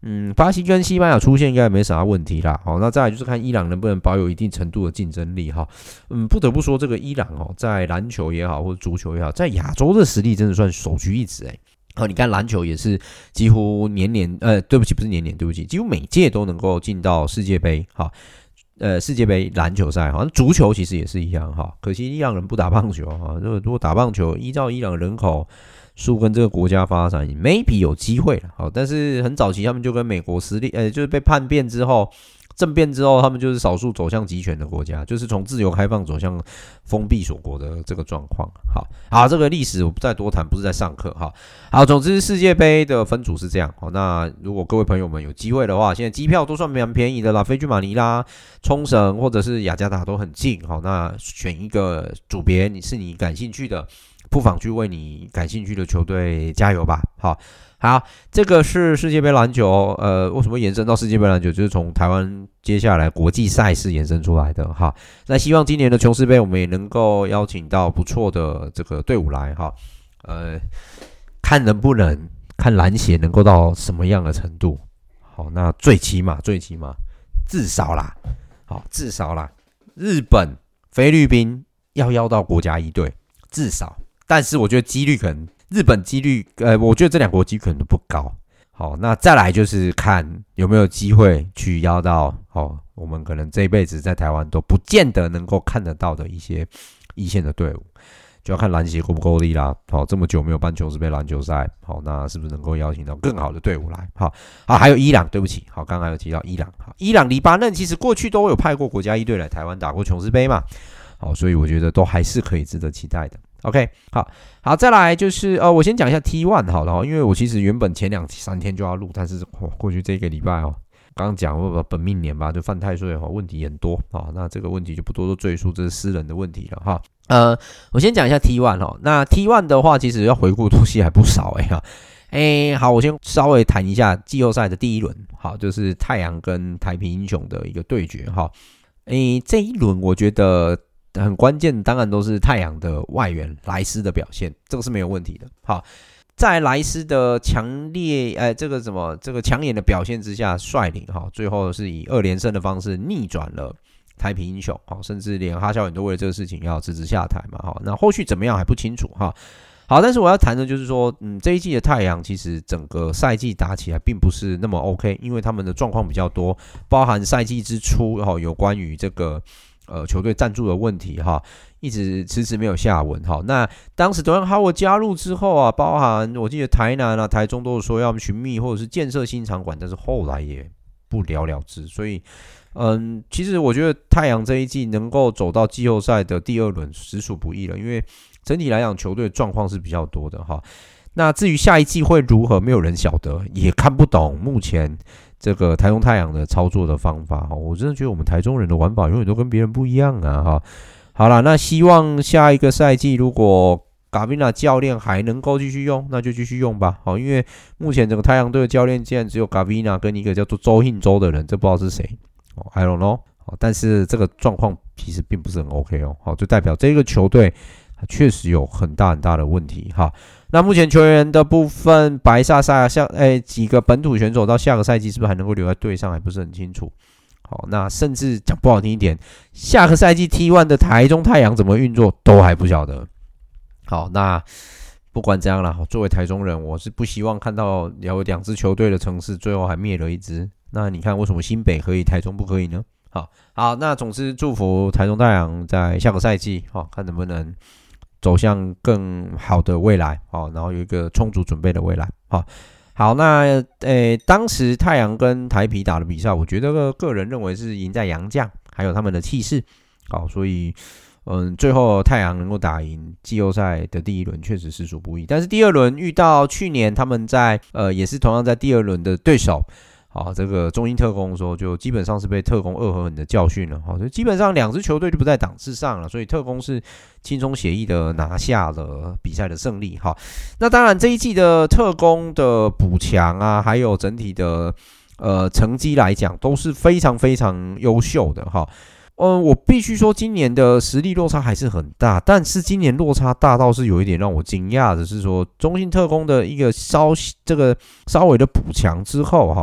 嗯，巴西跟西班牙出现应该没啥问题啦。好，那再来就是看伊朗能不能保有一定程度的竞争力哈。嗯，不得不说这个伊朗哦，在篮球也好或者足球也好，在亚洲的实力真的算首屈一指哎。好，你看篮球也是几乎年年呃，对不起，不是年年，对不起，几乎每届都能够进到世界杯哈。呃，世界杯篮球赛，好像足球其实也是一样哈。可惜伊朗人不打棒球哈。如果如果打棒球，依照伊朗人口数跟这个国家发展 ，maybe 有机会了。好，但是很早期他们就跟美国实力，呃，就是被叛变之后，政变之后，他们就是少数走向集权的国家，就是从自由开放走向封闭锁国的这个状况。好，好，这个历史我不再多谈，不是在上课哈。好，总之世界杯的分组是这样。好，那如果各位朋友们有机会的话，现在机票都算蛮便宜的啦，飞去马尼拉、冲绳或者是雅加达都很近。好，那选一个组别，你是你感兴趣的。不妨去为你感兴趣的球队加油吧。好，好，这个是世界杯篮球，呃，为什么延伸到世界杯篮球？就是从台湾接下来国际赛事延伸出来的哈。那希望今年的琼斯杯我们也能够邀请到不错的这个队伍来哈，呃，看能不能看篮协能够到什么样的程度。好，那最起码最起码至少啦，好，至少啦，日本、菲律宾要邀到国家一队，至少。但是我觉得几率可能日本几率，呃，我觉得这两国几率可能都不高。好，那再来就是看有没有机会去邀到，哦，我们可能这一辈子在台湾都不见得能够看得到的一些一线的队伍，就要看篮协够不够力啦。好，这么久没有办琼斯杯篮球赛，好，那是不是能够邀请到更好的队伍来？好，好，还有伊朗，对不起，好，刚刚有提到伊朗，好，伊朗、黎巴嫩其实过去都有派过国家一队来台湾打过琼斯杯嘛，好，所以我觉得都还是可以值得期待的。OK， 好，好，再来就是呃，我先讲一下 T 一 好了，因为我其实原本前两三天就要录，但是、哦、过去这个礼拜哦，刚刚讲过本命年吧，就犯太岁哈，问题很多啊、哦，那这个问题就不多多赘述，这是私人的问题了哈。呃，我先讲一下 T 一 哈，那 T 一 的话，其实要回顾的东西还不少哎哈。哎，好，我先稍微谈一下季后赛的第一轮，好，就是太阳跟台啤英雄的一个对决哈。哎，这一轮我觉得很关键，当然都是太阳的外援莱斯的表现，这个是没有问题的。好，在莱斯的强烈，呃，这个什么，这个抢眼的表现之下，率领哈，最后是以二连胜的方式逆转了台啤英雄，好，甚至连哈肖远都为了这个事情要辞职下台嘛，好，那后续怎么样还不清楚哈。好，但是我要谈的就是说，嗯，这一季的太阳其实整个赛季打起来并不是那么 OK， 因为他们的状况比较多，包含赛季之初哈，有关于这个。呃，球队赞助的问题哈，一直迟迟没有下文哈。那当时德安哈沃加入之后啊，包含我记得台南啊、台中都有说要寻觅或者是建设新场馆，但是后来也不了了之。所以，嗯，其实我觉得太阳这一季能够走到季后赛的第二轮，实属不易了，因为整体来讲球队的状况是比较多的哈。那至于下一季会如何，没有人晓得，也看不懂目前。这个台中太阳的操作的方法，我真的觉得我们台中人的玩法永远都跟别人不一样啊！哈，好啦，那希望下一个赛季如果 Gavina 教练还能够继续用，那就继续用吧。好，因为目前整个太阳队的教练竟然只有 Gavina 跟一个叫做周信周的人，这不知道是谁。I don't know。但是这个状况其实并不是很 OK 哦。好，就代表这个球队确实有很大很大的问题哈。那目前球员的部分，白萨萨像诶几个本土选手到下个赛季是不是还能够留在队上，还不是很清楚。好，那甚至讲不好听一点，下个赛季 T 一 的台中太阳怎么运作都还不晓得。好，那不管怎样啦，作为台中人，我是不希望看到有两支球队的城市最后还灭了一支。那你看为什么新北可以，台中不可以呢？好，好，那总之祝福台中太阳在下个赛季，好，看能不能。走向更好的未来，好，然后有一个充足准备的未来，好，好，那诶，当时太阳跟台啤打的比赛，我觉得个人认为是赢在洋将，还有他们的气势，好，所以嗯，最后太阳能够打赢季后赛的第一轮，确实实属不易。但是第二轮遇到去年他们在呃也是同样在第二轮的对手。好，这个中英特攻的时候，就基本上是被特攻恶狠狠的教训了。好，就基本上两支球队就不在档次上了，所以特攻是轻松写意的拿下了比赛的胜利。好，那当然这一季的特攻的补强啊，还有整体的呃成绩来讲，都是非常非常优秀的哈。嗯，我必须说，今年的实力落差还是很大，但是今年落差大到是有一点让我惊讶的是说，中信特攻的一个稍这个稍微的补强之后哈。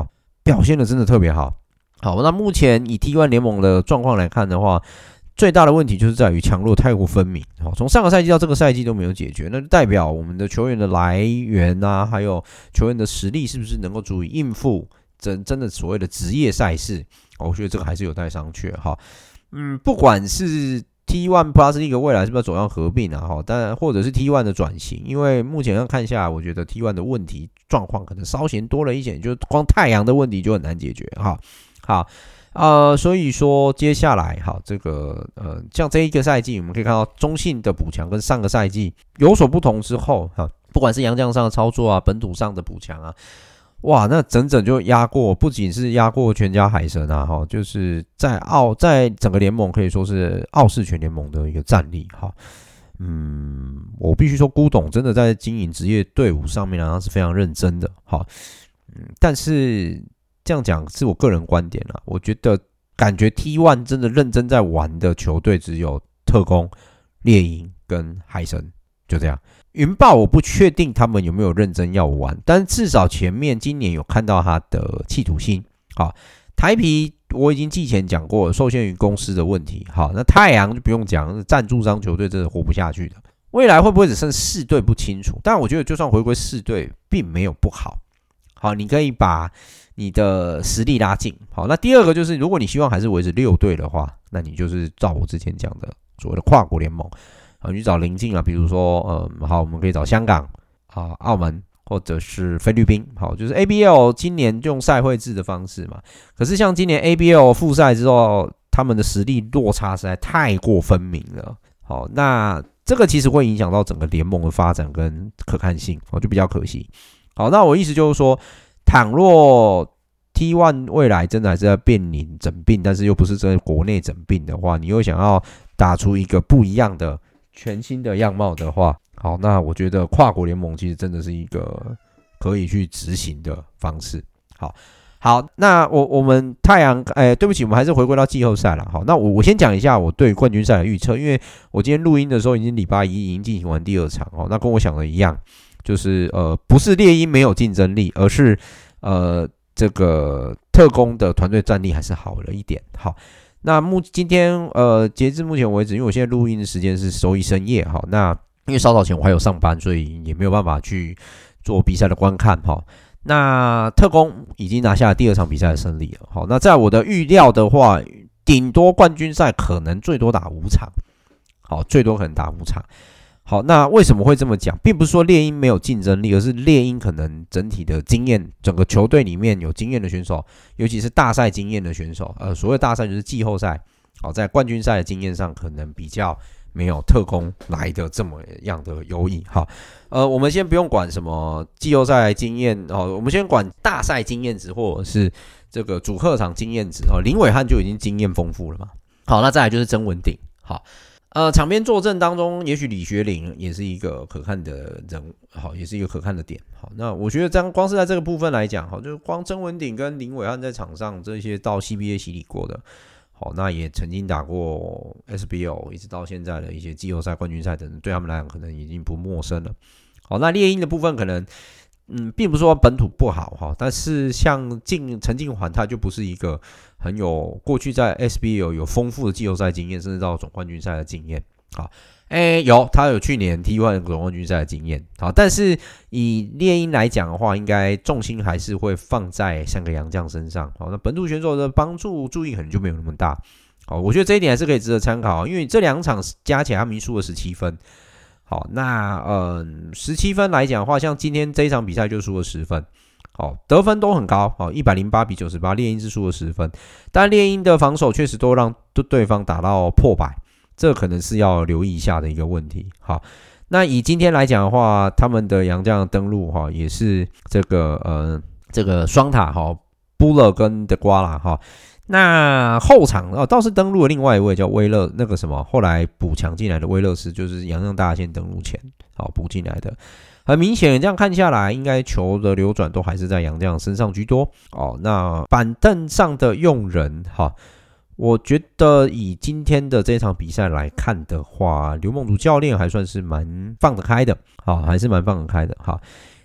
表现的真的特别好。好，那目前以 T 一 联盟的状况来看的话，最大的问题就是在于强弱太过分明。好，从上个赛季到这个赛季都没有解决，那就代表我们的球员的来源啊，还有球员的实力是不是能够足以应付真真的所谓的职业赛事？我觉得这个还是有待商榷。哈，嗯，不管是 T 一 Plus League 未来是不是走向合并啊？哈，当然或者是 T 一 的转型，因为目前要看下来，我觉得 T 一 的问题状况可能稍显多了一些，就光太阳的问题就很难解决。哈。好，呃，所以说接下来，好，这个呃，像这一个赛季，我们可以看到中信的补强跟上个赛季有所不同之后，哈，不管是洋将上的操作啊，本土上的补强啊，哇，那整整就压过，不仅是压过全家海神啊，哈，就是在澳，在整个联盟可以说是傲视全联盟的一个战力，哈。嗯，我必须说，辜董真的在经营职业队伍上面呢，他是非常认真的，哈，嗯，但是。这样讲是我个人观点啦，我觉得感觉 T 一 真的认真在玩的球队只有特攻、猎鹰跟海神，就这样。云豹我不确定他们有没有认真要玩，但至少前面今年有看到他的企图心。好，台啤我已经季前讲过了，受限于公司的问题。好，那太阳就不用讲，赞助商球队真的活不下去的。未来会不会只剩四队不清楚，但我觉得就算回归四队，并没有不好。好，你可以把你的实力拉近。好，那第二个就是，如果你希望还是维持六队的话，那你就是照我之前讲的所谓的跨国联盟，啊，你去找邻近啊，比如说，呃，好，我们可以找香港啊、澳门或者是菲律宾。好，就是 A B L 今年用赛会制的方式嘛，可是像今年 A B L 复赛之后，他们的实力落差实在太过分明了。好，那这个其实会影响到整个联盟的发展跟可看性，我就比较可惜。好，那我意思就是说，倘若 T 一 未来真的还是在面临整并，但是又不是在国内整并的话，你又想要打出一个不一样的全新的样貌的话，好，那我觉得跨国联盟其实真的是一个可以去执行的方式。好，好，那我我们太阳，哎，对不起，我们还是回归到季后赛了。好，那我我先讲一下我对冠军赛的预测，因为我今天录音的时候已经礼拜一已经进行完第二场，哦，那跟我想的一样。就是呃，不是猎鹰没有竞争力，而是呃，这个特攻的团队战力还是好了一点。好，那目今天呃，截至目前为止，因为我现在录音的时间是周一深夜，好，那因为稍早前我还有上班，所以也没有办法去做比赛的观看。好，那特攻已经拿下了第二场比赛的胜利了。好，那在我的预料的话，顶多冠军赛可能最多打五场，好，最多可能打五场。好，那为什么会这么讲？并不是说猎鹰没有竞争力，而是猎鹰可能整体的经验，整个球队里面有经验的选手，尤其是大赛经验的选手，呃，所谓大赛就是季后赛，好，在冠军赛的经验上可能比较没有特攻来的这么样的优异。好，呃，我们先不用管什么季后赛经验，哦，我们先管大赛经验值或者是这个主客场经验值。哦，林伟汉就已经经验丰富了嘛。好，那再来就是曾文鼎。好。呃，场边坐镇当中，也许李学林也是一个可看的人，好，也是一个可看的点。好，那我觉得这样光是在这个部分来讲，好，就是光曾文鼎跟林伟汉在场上这些到 C B A 洗礼过的，好，那也曾经打过 S B L， 一直到现在的一些季后赛、冠军赛等等，对他们来讲可能已经不陌生了。好，那猎鹰的部分可能，嗯，并不是说本土不好哈，但是像进陈敬环，他就不是一个很有过去在 S B L 有丰富的季后赛经验，甚至到总冠军赛的经验。好，哎，有他有去年 T 一 总冠军赛的经验。好，但是以猎鹰来讲的话，应该重心还是会放在三个洋将身上。好，那本土选手的帮助注意可能就没有那么大。好，我觉得这一点还是可以值得参考，因为这两场加起来他们输了十七分。好，那嗯，十七分来讲的话，像今天这一场比赛就输了十分。好，得分都很高，好，一百零八比九十八，猎鹰是输了十分，但猎鹰的防守确实都让对方打到破百，这可能是要留意一下的一个问题。好，那以今天来讲的话，他们的洋将登陆哈，也是这个呃这个双塔哈，布勒跟德瓜拉哈。那后场哦，倒是登陆了另外一位叫威勒，那个什么，后来补强进来的威勒斯，就是洋将大线登陆前好补进来的。很明显，这样看下来，应该球的流转都还是在洋将身上居多哦。那板凳上的用人哈，我觉得以今天的这场比赛来看的话，刘梦竹教练还算是蛮放得开的，好，还是蛮放得开的哈。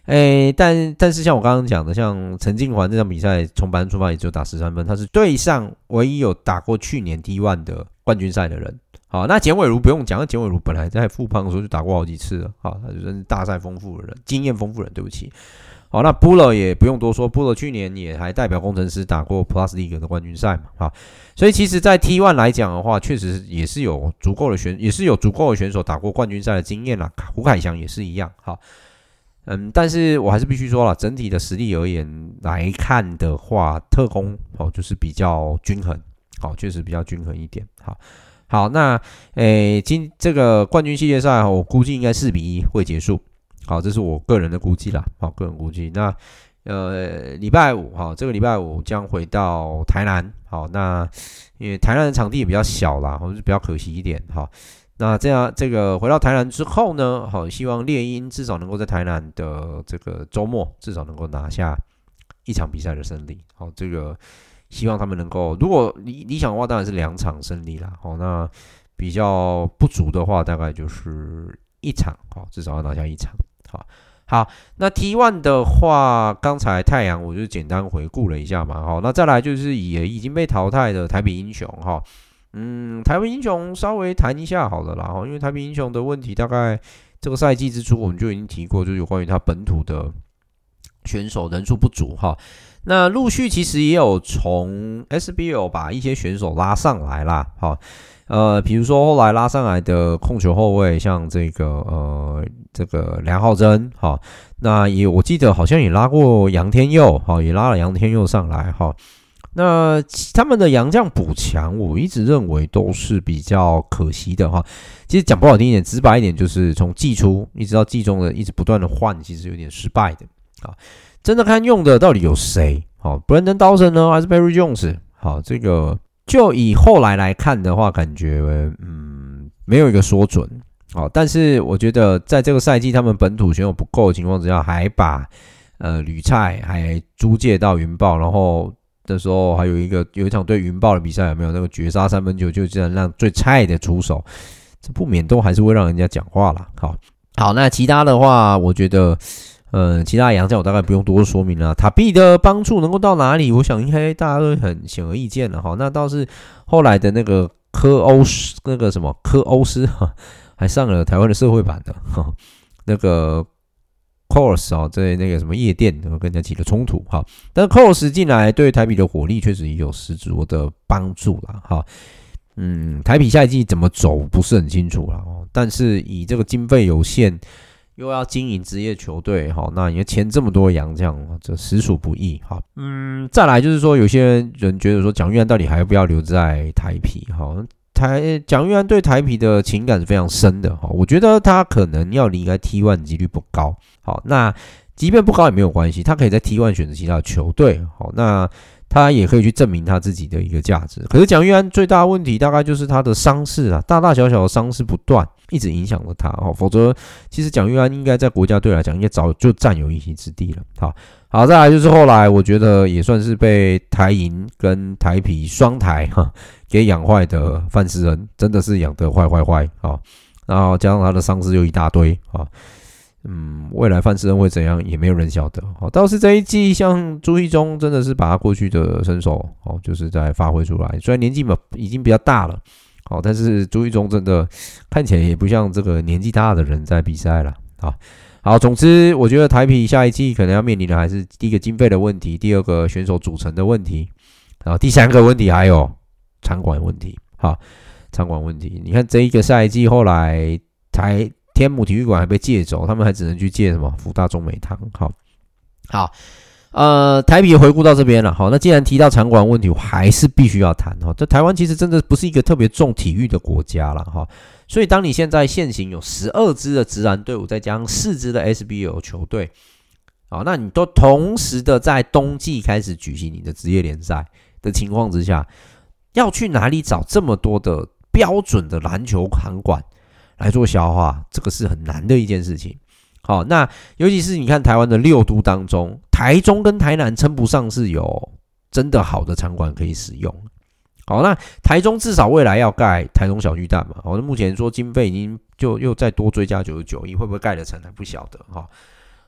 诶，但但是像我刚刚讲的，像陈静环这场比赛从板凳出发也只有打十三分，他是队上唯一有打过去年 T 一 的冠军赛的人。好，那简伟如不用讲，那简伟如本来在富邦的时候就打过好几次了，好，他就真是大赛丰富的人，经验丰富的人，对不起。好，那 Buller 也不用多说 ，Buller 去年也还代表工程师打过 Plus League 的冠军赛嘛，好，所以其实，在 T 一 来讲的话，确实也是有足够的选，也是有足够的选手打过冠军赛的经验啦。胡凯翔也是一样，好。嗯，但是我还是必须说了，整体的实力而言来看的话，特攻哦就是比较均衡，好，确实比较均衡一点。好，好，那诶，今这个冠军系列赛，我估计应该四比一会结束。好，这是我个人的估计啦，好，个人估计。那呃，礼拜五，好，这个礼拜五将回到台南，好，那因为台南的场地也比较小啦，我是比较可惜一点，好。那这样，这个回到台南之后呢，好，希望猎鹰至少能够在台南的这个周末，至少能够拿下一场比赛的胜利。好，这个希望他们能够，如果理理想的话，当然是两场胜利啦。好，那比较不足的话，大概就是一场，好，至少要拿下一场。好，好，那 T 一 的话，刚才太阳我就简单回顾了一下嘛。好，那再来就是也已经被淘汰的台北英雄，哈。嗯，台北英雄稍微谈一下好了啦，因为台北英雄的问题大概这个赛季之初我们就已经提过，就是有关于他本土的选手人数不足哈。那陆续其实也有从 S B L 把一些选手拉上来啦，哈，呃，比如说后来拉上来的控球后卫，像这个呃这个梁浩真，哈，那也我记得好像也拉过杨天佑，哈，也拉了杨天佑上来，哈。那他们的洋将补强，我一直认为都是比较可惜的哈。其实讲不好听一点，直白一点，就是从季初一直到季中的一直不断的换，其实有点失败的啊。真的看用的到底有谁？好 ，Brandon Dawson 呢，还是 Barry Jones？ 好，这个就以后来来看的话，感觉嗯没有一个说准。好，但是我觉得在这个赛季他们本土选手不够的情况之下，还把呃吕蔡还租借到云豹，然后。的时候还有一个有一场对云豹的比赛，有没有那个绝杀三分球，就这样让最菜的出手，这不免都还是会让人家讲话啦。好，好，那其他的话，我觉得，呃，其他的洋将我大概不用多说明了。塔比的帮助能够到哪里，我想应该大家都很显而易见了哈。那倒是后来的那个科欧斯，那个什么科欧斯哈，还上了台湾的社会版的哈，那个。Course 啊，在那个什么夜店，跟人家起了冲突哈。但是 Course 进来对台啤的火力确实也有十足的帮助啦哈。嗯，台啤下一季怎么走不是很清楚啦，但是以这个经费有限，又要经营职业球队哈，那你要签这么多洋将，这实属不易哈。嗯，再来就是说，有些人觉得说蒋玉安到底还要不要留在台啤哈？台蒋玉安对台啤的情感是非常深的哈，我觉得他可能要离开 T 一 的几率不高。好，那即便不高也没有关系，他可以在 T 一 选择其他的球队。好，那他也可以去证明他自己的一个价值。可是蒋玉安最大的问题大概就是他的伤势啊，大大小小的伤势不断，一直影响了他。哦，否则其实蒋玉安应该在国家队来讲，应该早就占有一席之地了。好，好，再来就是后来我觉得也算是被台银跟台啤双台哈给养坏的范思恩，真的是养得坏坏坏啊！然后加上他的伤势又一大堆啊。嗯，未来范思恩会怎样，也没有人晓得。好，倒是这一季像朱一中，真的是把他过去的身手，哦，就是在发挥出来。虽然年纪嘛已经比较大了，好，但是朱一中真的看起来也不像这个年纪大的人在比赛了。好，好，总之我觉得台啤下一季可能要面临的还是第一个经费的问题，第二个选手组成的问题，然后第三个问题还有场馆问题。好，场馆问题，你看这一个赛季后来台。天母体育馆还被借走，他们还只能去借什么福大中美堂。好，好，呃，台啤回顾到这边了。好，那既然提到场馆问题，我还是必须要谈哈。这台湾其实真的不是一个特别重体育的国家了哈。所以当你现在现行有十二支的职篮队伍，再加上四支的 S B L 球队，好，那你都同时的在冬季开始举行你的职业联赛的情况之下，要去哪里找这么多的标准的篮球场馆？来做消化，这个是很难的一件事情。好，那尤其是你看台湾的六都当中，台中跟台南称不上是有真的好的场馆可以使用。好，那台中至少未来要盖台中小巨蛋嘛。好，那目前说经费已经就又再多追加九十九亿，会不会盖得成还不晓得哈。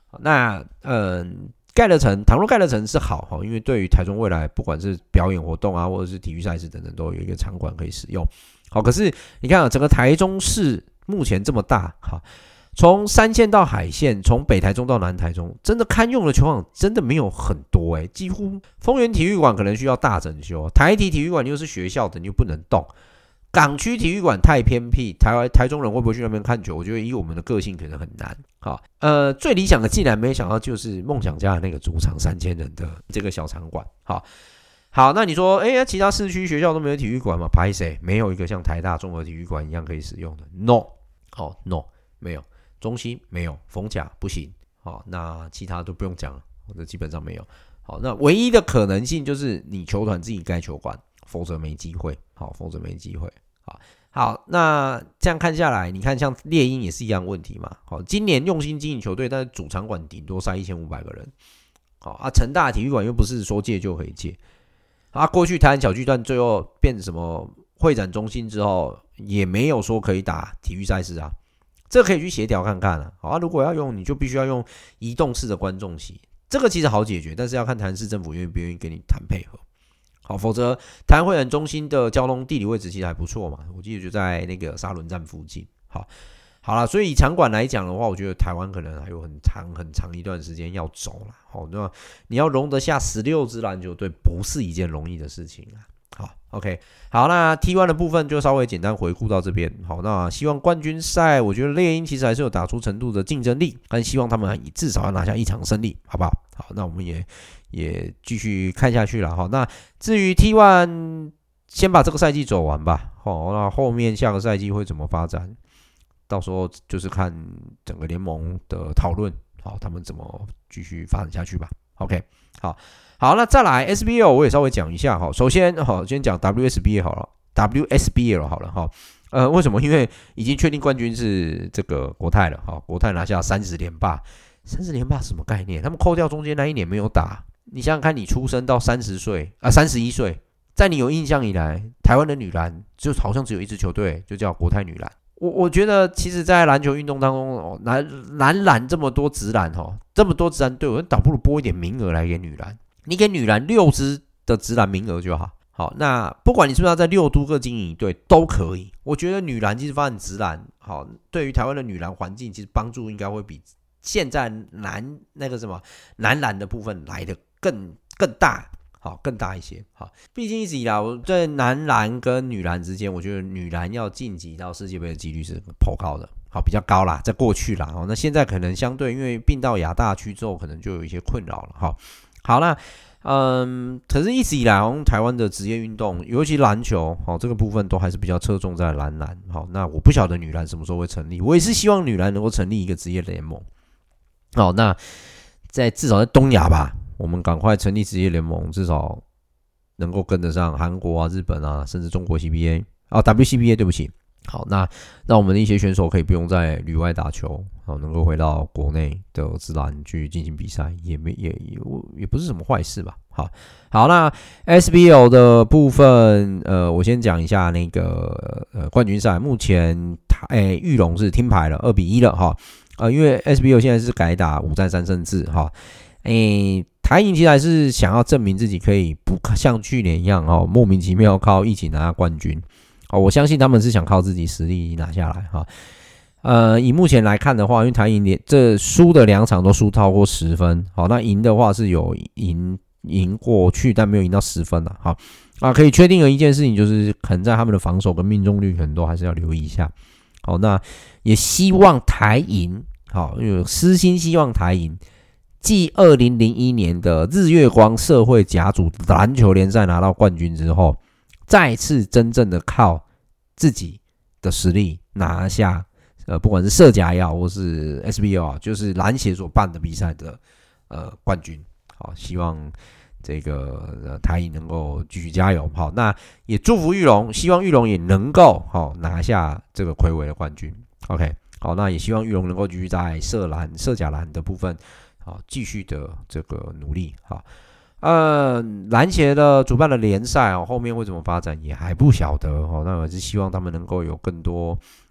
那嗯。盖乐城，倘若盖乐城是好哈，因为对于台中未来不管是表演活动啊，或者是体育赛事等等，都有一个场馆可以使用。好，可是你看啊，整个台中市目前这么大，哈，从山线到海线，从北台中到南台中，真的堪用的球场真的没有很多哎、欸，几乎丰原体育馆可能需要大整修，台体体育馆又是学校的，你又不能动。港区体育馆太偏僻，台湾台中人会不会去那边看球？我觉得以我们的个性可能很难。好，呃，最理想的竟然没想到就是梦想家的那个主场三千人的这个小场馆。好，好，那你说，哎、欸，其他市区学校都没有体育馆吗？拍谁？没有一个像台大综合体育馆一样可以使用的 ？No， 好 ，No， 没有。中西没有，逢甲不行。好，那其他都不用讲了，这基本上没有。好，那唯一的可能性就是你球团自己盖球馆。否则没机会，好，否则没机会，好，好，那这样看下来，你看像猎鹰也是一样问题嘛，好，今年用心经营球队，但是主场馆顶多塞一千五百个人，好啊，成大体育馆又不是说借就可以借，啊，过去台湾小巨蛋最后变什么会展中心之后，也没有说可以打体育赛事啊，这可以去协调看看啊，好啊，如果要用，你就必须要用移动式的观众席，这个其实好解决，但是要看台南市政府愿不愿意跟你谈配合。好，否则台湾会展中心的交通地理位置其实还不错嘛，我记得就在那个沙仑站附近。好，好啦，所以以场馆来讲的话，我觉得台湾可能还有很长很长一段时间要走啦。好，那你要容得下十六支篮球队，不是一件容易的事情啦。好 ，OK， 好，那 T 一 的部分就稍微简单回顾到这边。好，那希望冠军赛，我觉得猎鹰其实还是有打出程度的竞争力，但希望他们至少要拿下一场胜利，好不好？好，那我们也。也继续看下去了哈。那至于 T 一 先把这个赛季走完吧。好，那后面下个赛季会怎么发展？到时候就是看整个联盟的讨论，好，他们怎么继续发展下去吧。OK， 好，好，那再来 S B L 我也稍微讲一下哈。首先，好，先讲 W S B L 好了 ，W S B L 好了哈。呃，为什么？因为已经确定冠军是这个国泰了哈，国泰拿下三十连霸，三十连霸什么概念？他们扣掉中间那一年没有打。你想想看，你出生到三十岁啊，三十一岁，在你有印象以来，台湾的女篮就好像只有一支球队，就叫国泰女篮。我我觉得，其实，在篮球运动当中，哦，男男篮这么多职篮哦，这么多职篮队，我倒不如拨一点名额来给女篮。你给女篮六支的职篮名额就好。好，那不管你是不是要在六都各经营一队都可以。我觉得女篮其实发展职篮，好，对于台湾的女篮环境，其实帮助应该会比现在男那个什么男篮的部分来的。更更大，好，更大一些，好，毕竟一直以来我在男篮跟女篮之间，我觉得女篮要晋级到世界杯的几率是颇高的，好，比较高啦，在过去啦，好，那现在可能相对因为并到亚大区之后，可能就有一些困扰了，好，好，那嗯，可是一直以来，好像台湾的职业运动，尤其篮球，好，这个部分都还是比较侧重在男篮，好，那我不晓得女篮什么时候会成立，我也是希望女篮能够成立一个职业联盟，好，那在至少在东亚吧。我们赶快成立职业联盟，至少能够跟得上韩国啊、日本啊，甚至中国 C B A 啊 W C B A 对不起。好，那让我们的一些选手可以不用在旅外打球，好，能够回到国内的职篮去进行比赛，也没也也也不是什么坏事吧。好，好，那 S B L 的部分，呃，我先讲一下那个呃冠军赛，目前诶裕隆是听牌了，二比一了哈。呃，因为 S B L 现在是改打五战三胜制哈，诶。台银其实还是想要证明自己可以不像去年一样哦，莫名其妙靠一起拿下冠军哦。我相信他们是想靠自己实力拿下来哈。呃，以目前来看的话，因为台银连这输的两场都输超过十分，好，那赢的话是有赢赢过去，但没有赢到十分了。好啊，可以确定的一件事情就是，可能在他们的防守跟命中率可能都还是要留意一下。好，那也希望台银好，因为私心希望台银。继二零零一年的日月光社会甲组篮球联赛拿到冠军之后，再次真正的靠自己的实力拿下，呃，不管是社甲也好，或是 S B L 啊，就是篮协所办的比赛的呃冠军。好，希望这个、呃、台银能够继续加油。好，那也祝福裕隆，希望裕隆也能够好拿下这个睽违的冠军。OK， 好，那也希望裕隆能够继续在社篮、社甲篮的部分。好，继续的这个努力。好，呃，篮协的主办的联赛哦，后面会怎么发展也还不晓得哦。那我是希望他们能够有更多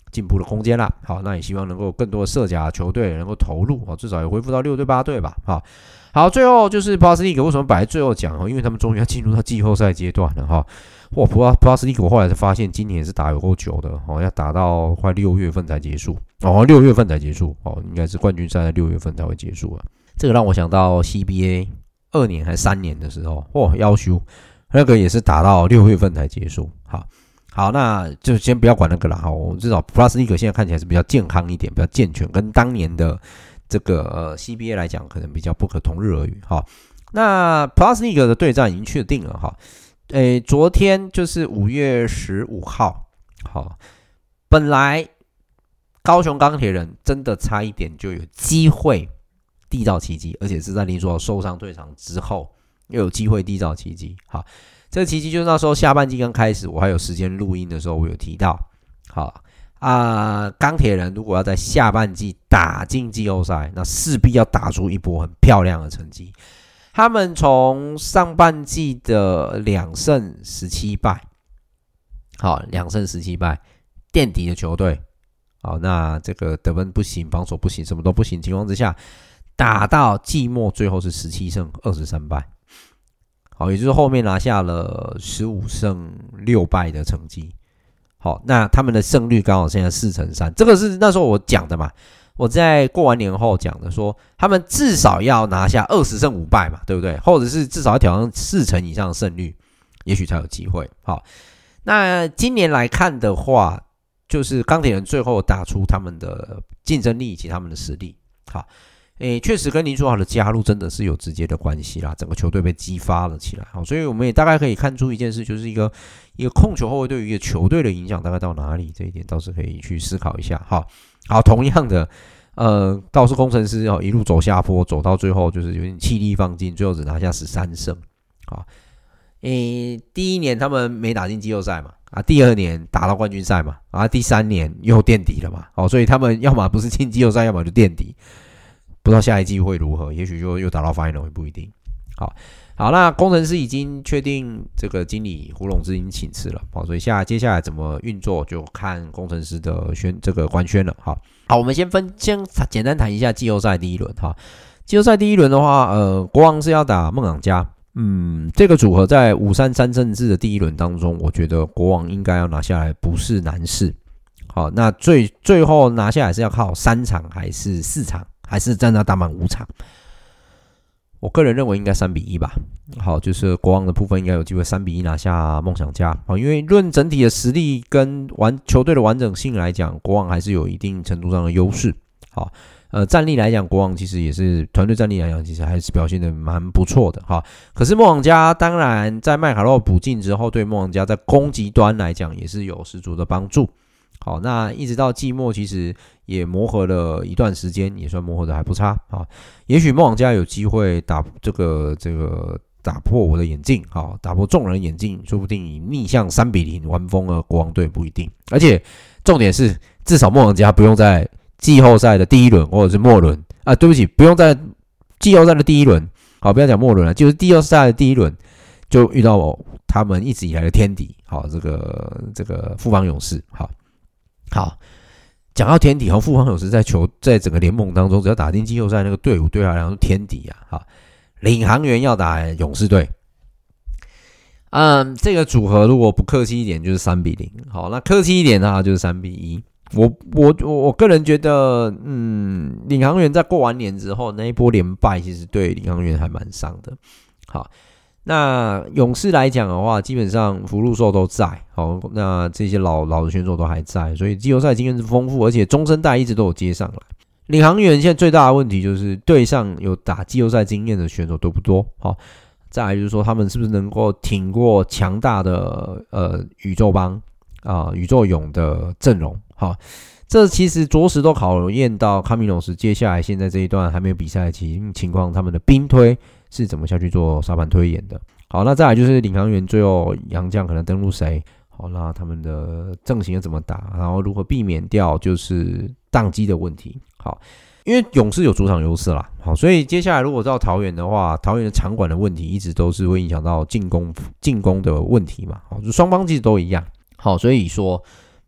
进步的空间啦。好，那也希望能够更多的社甲球队能够投入，至少也恢复到六队八队吧。好，好，最后就是 Plus League 为什么摆在最后讲？因为他们终于要进入到季后赛阶段了哈。哇 ，Plus League 我后来才发现今年也是打有够久的哦，要打到快六月份才结束哦，六月份才结束哦，应该是冠军赛在六月份才会结束啊。这个让我想到 C B A 二年还三年的时候，哇，要求那个也是打到六月份才结束。好，好，那就先不要管那个了哈。我至少 Plus League 现在看起来是比较健康一点，比较健全，跟当年的这个呃 C B A 来讲，可能比较不可同日而语哈。那 Plus League 的对战已经确定了哈。诶，昨天就是五月十五号，好，本来高雄钢铁人真的差一点就有机会缔造奇迹，而且是在林书豪受伤退场之后又有机会缔造奇迹。好，这个奇迹就是那时候下半季刚开始，我还有时间录音的时候，我有提到，好啊，钢铁人如果要在下半季打进季后赛，那势必要打出一波很漂亮的成绩。他们从上半季的两胜十七败，好，两胜十七败，垫底的球队，好，那这个得分不行，防守不行，什么都不行情况之下，打到季末最后是十七胜二十三败，好，也就是后面拿下了十五胜六败的成绩。好，那他们的胜率刚好现在四成三，这个是那时候我讲的嘛。我在过完年后讲的说，他们至少要拿下二十胜五败嘛，对不对？或者是至少要挑战四成以上的胜率，也许才有机会。好，那今年来看的话，就是钢铁人最后打出他们的竞争力以及他们的实力。好，诶，确实跟林书豪的加入真的是有直接的关系啦，整个球队被激发了起来。好，所以我们也大概可以看出一件事，就是一个一个控球后卫对于一个球队的影响大概到哪里，这一点倒是可以去思考一下。好。好，同样的，呃，道士工程师哦，一路走下坡，走到最后就是有点气力放尽，最后只拿下十三胜。好，诶，第一年他们没打进季后赛嘛，啊，第二年打到冠军赛嘛，啊，第三年又垫底了嘛，哦，所以他们要么不是进季后赛，要么就垫底，不知道下一季会如何，也许就又打到 final 也不一定。好。好，那工程师已经确定这个经理胡龙之已经请辞了，好，所以下接下来怎么运作就看工程师的宣这个官宣了。好，好，我们先分先简单谈一下季后赛第一轮哈。季后赛第一轮的话，呃，国王是要打梦想家，嗯，这个组合在五三三胜制的第一轮当中，我觉得国王应该要拿下来不是难事。好，那最最后拿下来是要靠三场还是四场，还是真的打满五场？我个人认为应该三比一吧。好，就是国王的部分应该有机会三比一拿下梦想家。好，因为论整体的实力跟完球队的完整性来讲，国王还是有一定程度上的优势。好，呃，战力来讲，国王其实也是团队战力来讲，其实还是表现的蛮不错的哈。可是梦想家当然在麦卡洛补进之后，对梦想家在攻击端来讲也是有十足的帮助。好，那一直到季末其实也磨合了一段时间，也算磨合的还不差啊。也许梦想家有机会打这个这个打破我的眼镜，好，打破众人眼镜，说不定以逆向三比零完封了国王队不一定。而且重点是，至少梦想家不用在季后赛的第一轮或者是末轮啊，对不起，不用在季后赛的第一轮，好，不要讲末轮了，就是季后赛的第一轮就遇到他们一直以来的天敌，好，这个这个富邦勇士，好。好，讲到天敌，富邦勇士在球在整个联盟当中，只要打进季后赛，那个队伍对他来讲是天敌啊！好，领航员要打勇士队，嗯，这个组合如果不客气一点就是三比零，好，那客气一点的话就是三比一。我我我个人觉得，嗯，领航员在过完年之后那一波连败，其实对领航员还蛮伤的。好。那勇士来讲的话，基本上福禄寿都在，好，那这些老老的选手都还在，所以季后赛经验是丰富，而且中生代一直都有接上来。领航员现在最大的问题就是队上有打季后赛经验的选手多不多？好，再来就是说他们是不是能够挺过强大的呃宇宙帮啊、呃、宇宙勇的阵容？好，这其实着实都考验到卡米诺斯接下来现在这一段还没有比赛的情况，他们的兵推是怎么下去做沙盘推演的。好，那再来就是领航员最后洋将可能登陆谁？好，那他们的阵型怎么打？然后如何避免掉就是宕机的问题？好，因为勇士有主场优势啦，好，所以接下来如果到桃园的话，桃园的场馆的问题一直都是会影响到进攻进攻的问题嘛。好，就双方其实都一样。好，所以说，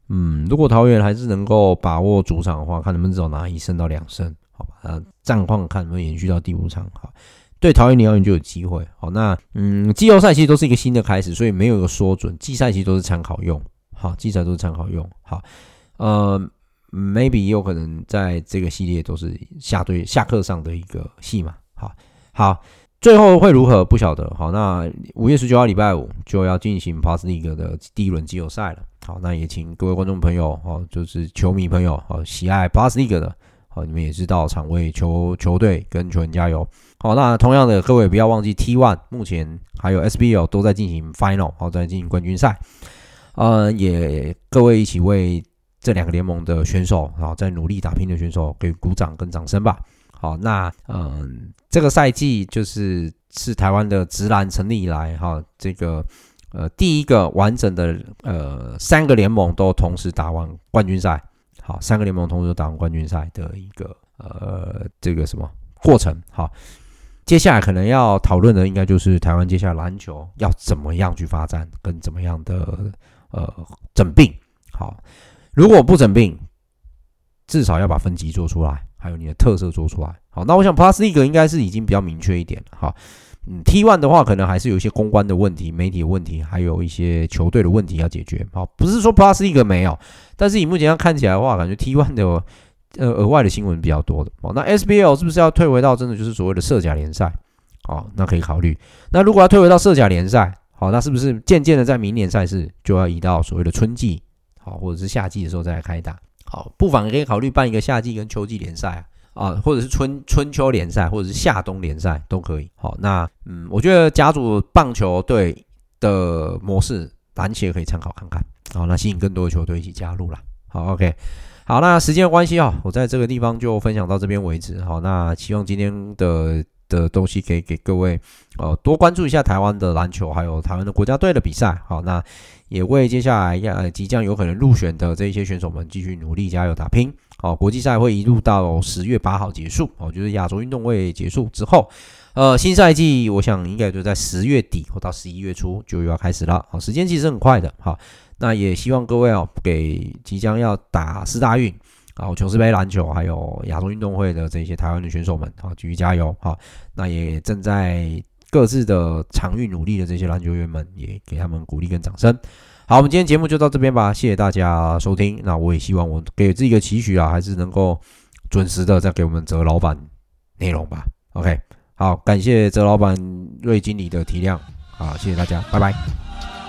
嗯，如果桃园还是能够把握主场的话，看能不能至少拿一胜到两胜，好吧？呃，战况看能不能延续到第五场，好，对桃园鸟园就有机会。好，那嗯，季后赛其实都是一个新的开始，所以没有一个说准，季赛其实都是参考用，好，季赛都是参考用，好，呃 ，maybe 也有可能在这个系列都是下对下课上的一个戏嘛，好，好。最后会如何不晓得。好，那五月十九号礼拜五就要进行 Plus League 的第一轮季后赛了。好，那也请各位观众朋友，哦，就是球迷朋友，哦，喜爱 Plus League 的，好，你们也知道场为球球队跟球员加油。好，那同样的，各位不要忘记 T 一 目前还有 S B L 都在进行 Final， 好，在进行冠军赛。呃，也各位一起为这两个联盟的选手，好，在努力打拼的选手给鼓掌跟掌声吧。好，那嗯，这个赛季就是是台湾的职篮成立以来，哈，这个呃第一个完整的呃三个联盟都同时打完冠军赛，好，三个联盟同时打完冠军赛的一个呃这个什么过程，好，接下来可能要讨论的应该就是台湾接下来篮球要怎么样去发展，跟怎么样的呃整并，好，如果不整并，至少要把分级做出来。还有你的特色做出来，好，那我想 Plus League 应该是已经比较明确一点了，哈，嗯 ，T 一 的话可能还是有一些公关的问题、媒体的问题，还有一些球队的问题要解决，好，不是说 Plus League 没有，但是以目前看起来的话，感觉 T 一 的呃额外的新闻比较多的，好，那 S B L 是不是要退回到真的就是所谓的社甲联赛？好，那可以考虑。那如果要退回到社甲联赛，好，那是不是渐渐的在明年赛事就要移到所谓的春季，好，或者是夏季的时候再来开打？好，不妨可以考虑办一个夏季跟秋季联赛啊，啊，或者是春春秋联赛，或者是夏冬联赛都可以。好，那嗯，我觉得甲组棒球队的模式，篮协可以参考看看。好，那吸引更多的球队一起加入啦。好 ，OK， 好，那时间的关系啊，我在这个地方就分享到这边为止。好，那希望今天的的东西可以给各位呃多关注一下台湾的篮球，还有台湾的国家队的比赛。好，那也为接下来要即将有可能入选的这一些选手们继续努力加油打拼。好，国际赛会一路到十月八号结束，哦，就是亚洲运动会结束之后，呃，新赛季我想应该就在十月底或到十一月初就要开始了。好，时间其实很快的。好，那也希望各位哦，给即将要打世大运。好，琼斯杯篮球还有亚洲运动会的这些台湾的选手们，好，继续加油。好，那也正在各自的场域努力的这些篮球员们，也给他们鼓励跟掌声。好，我们今天节目就到这边吧，谢谢大家收听。那我也希望我给自己一个期许啊，还是能够准时的再给我们泽老板内容吧。OK， 好，感谢泽老板瑞经理的体谅，好，谢谢大家，拜拜。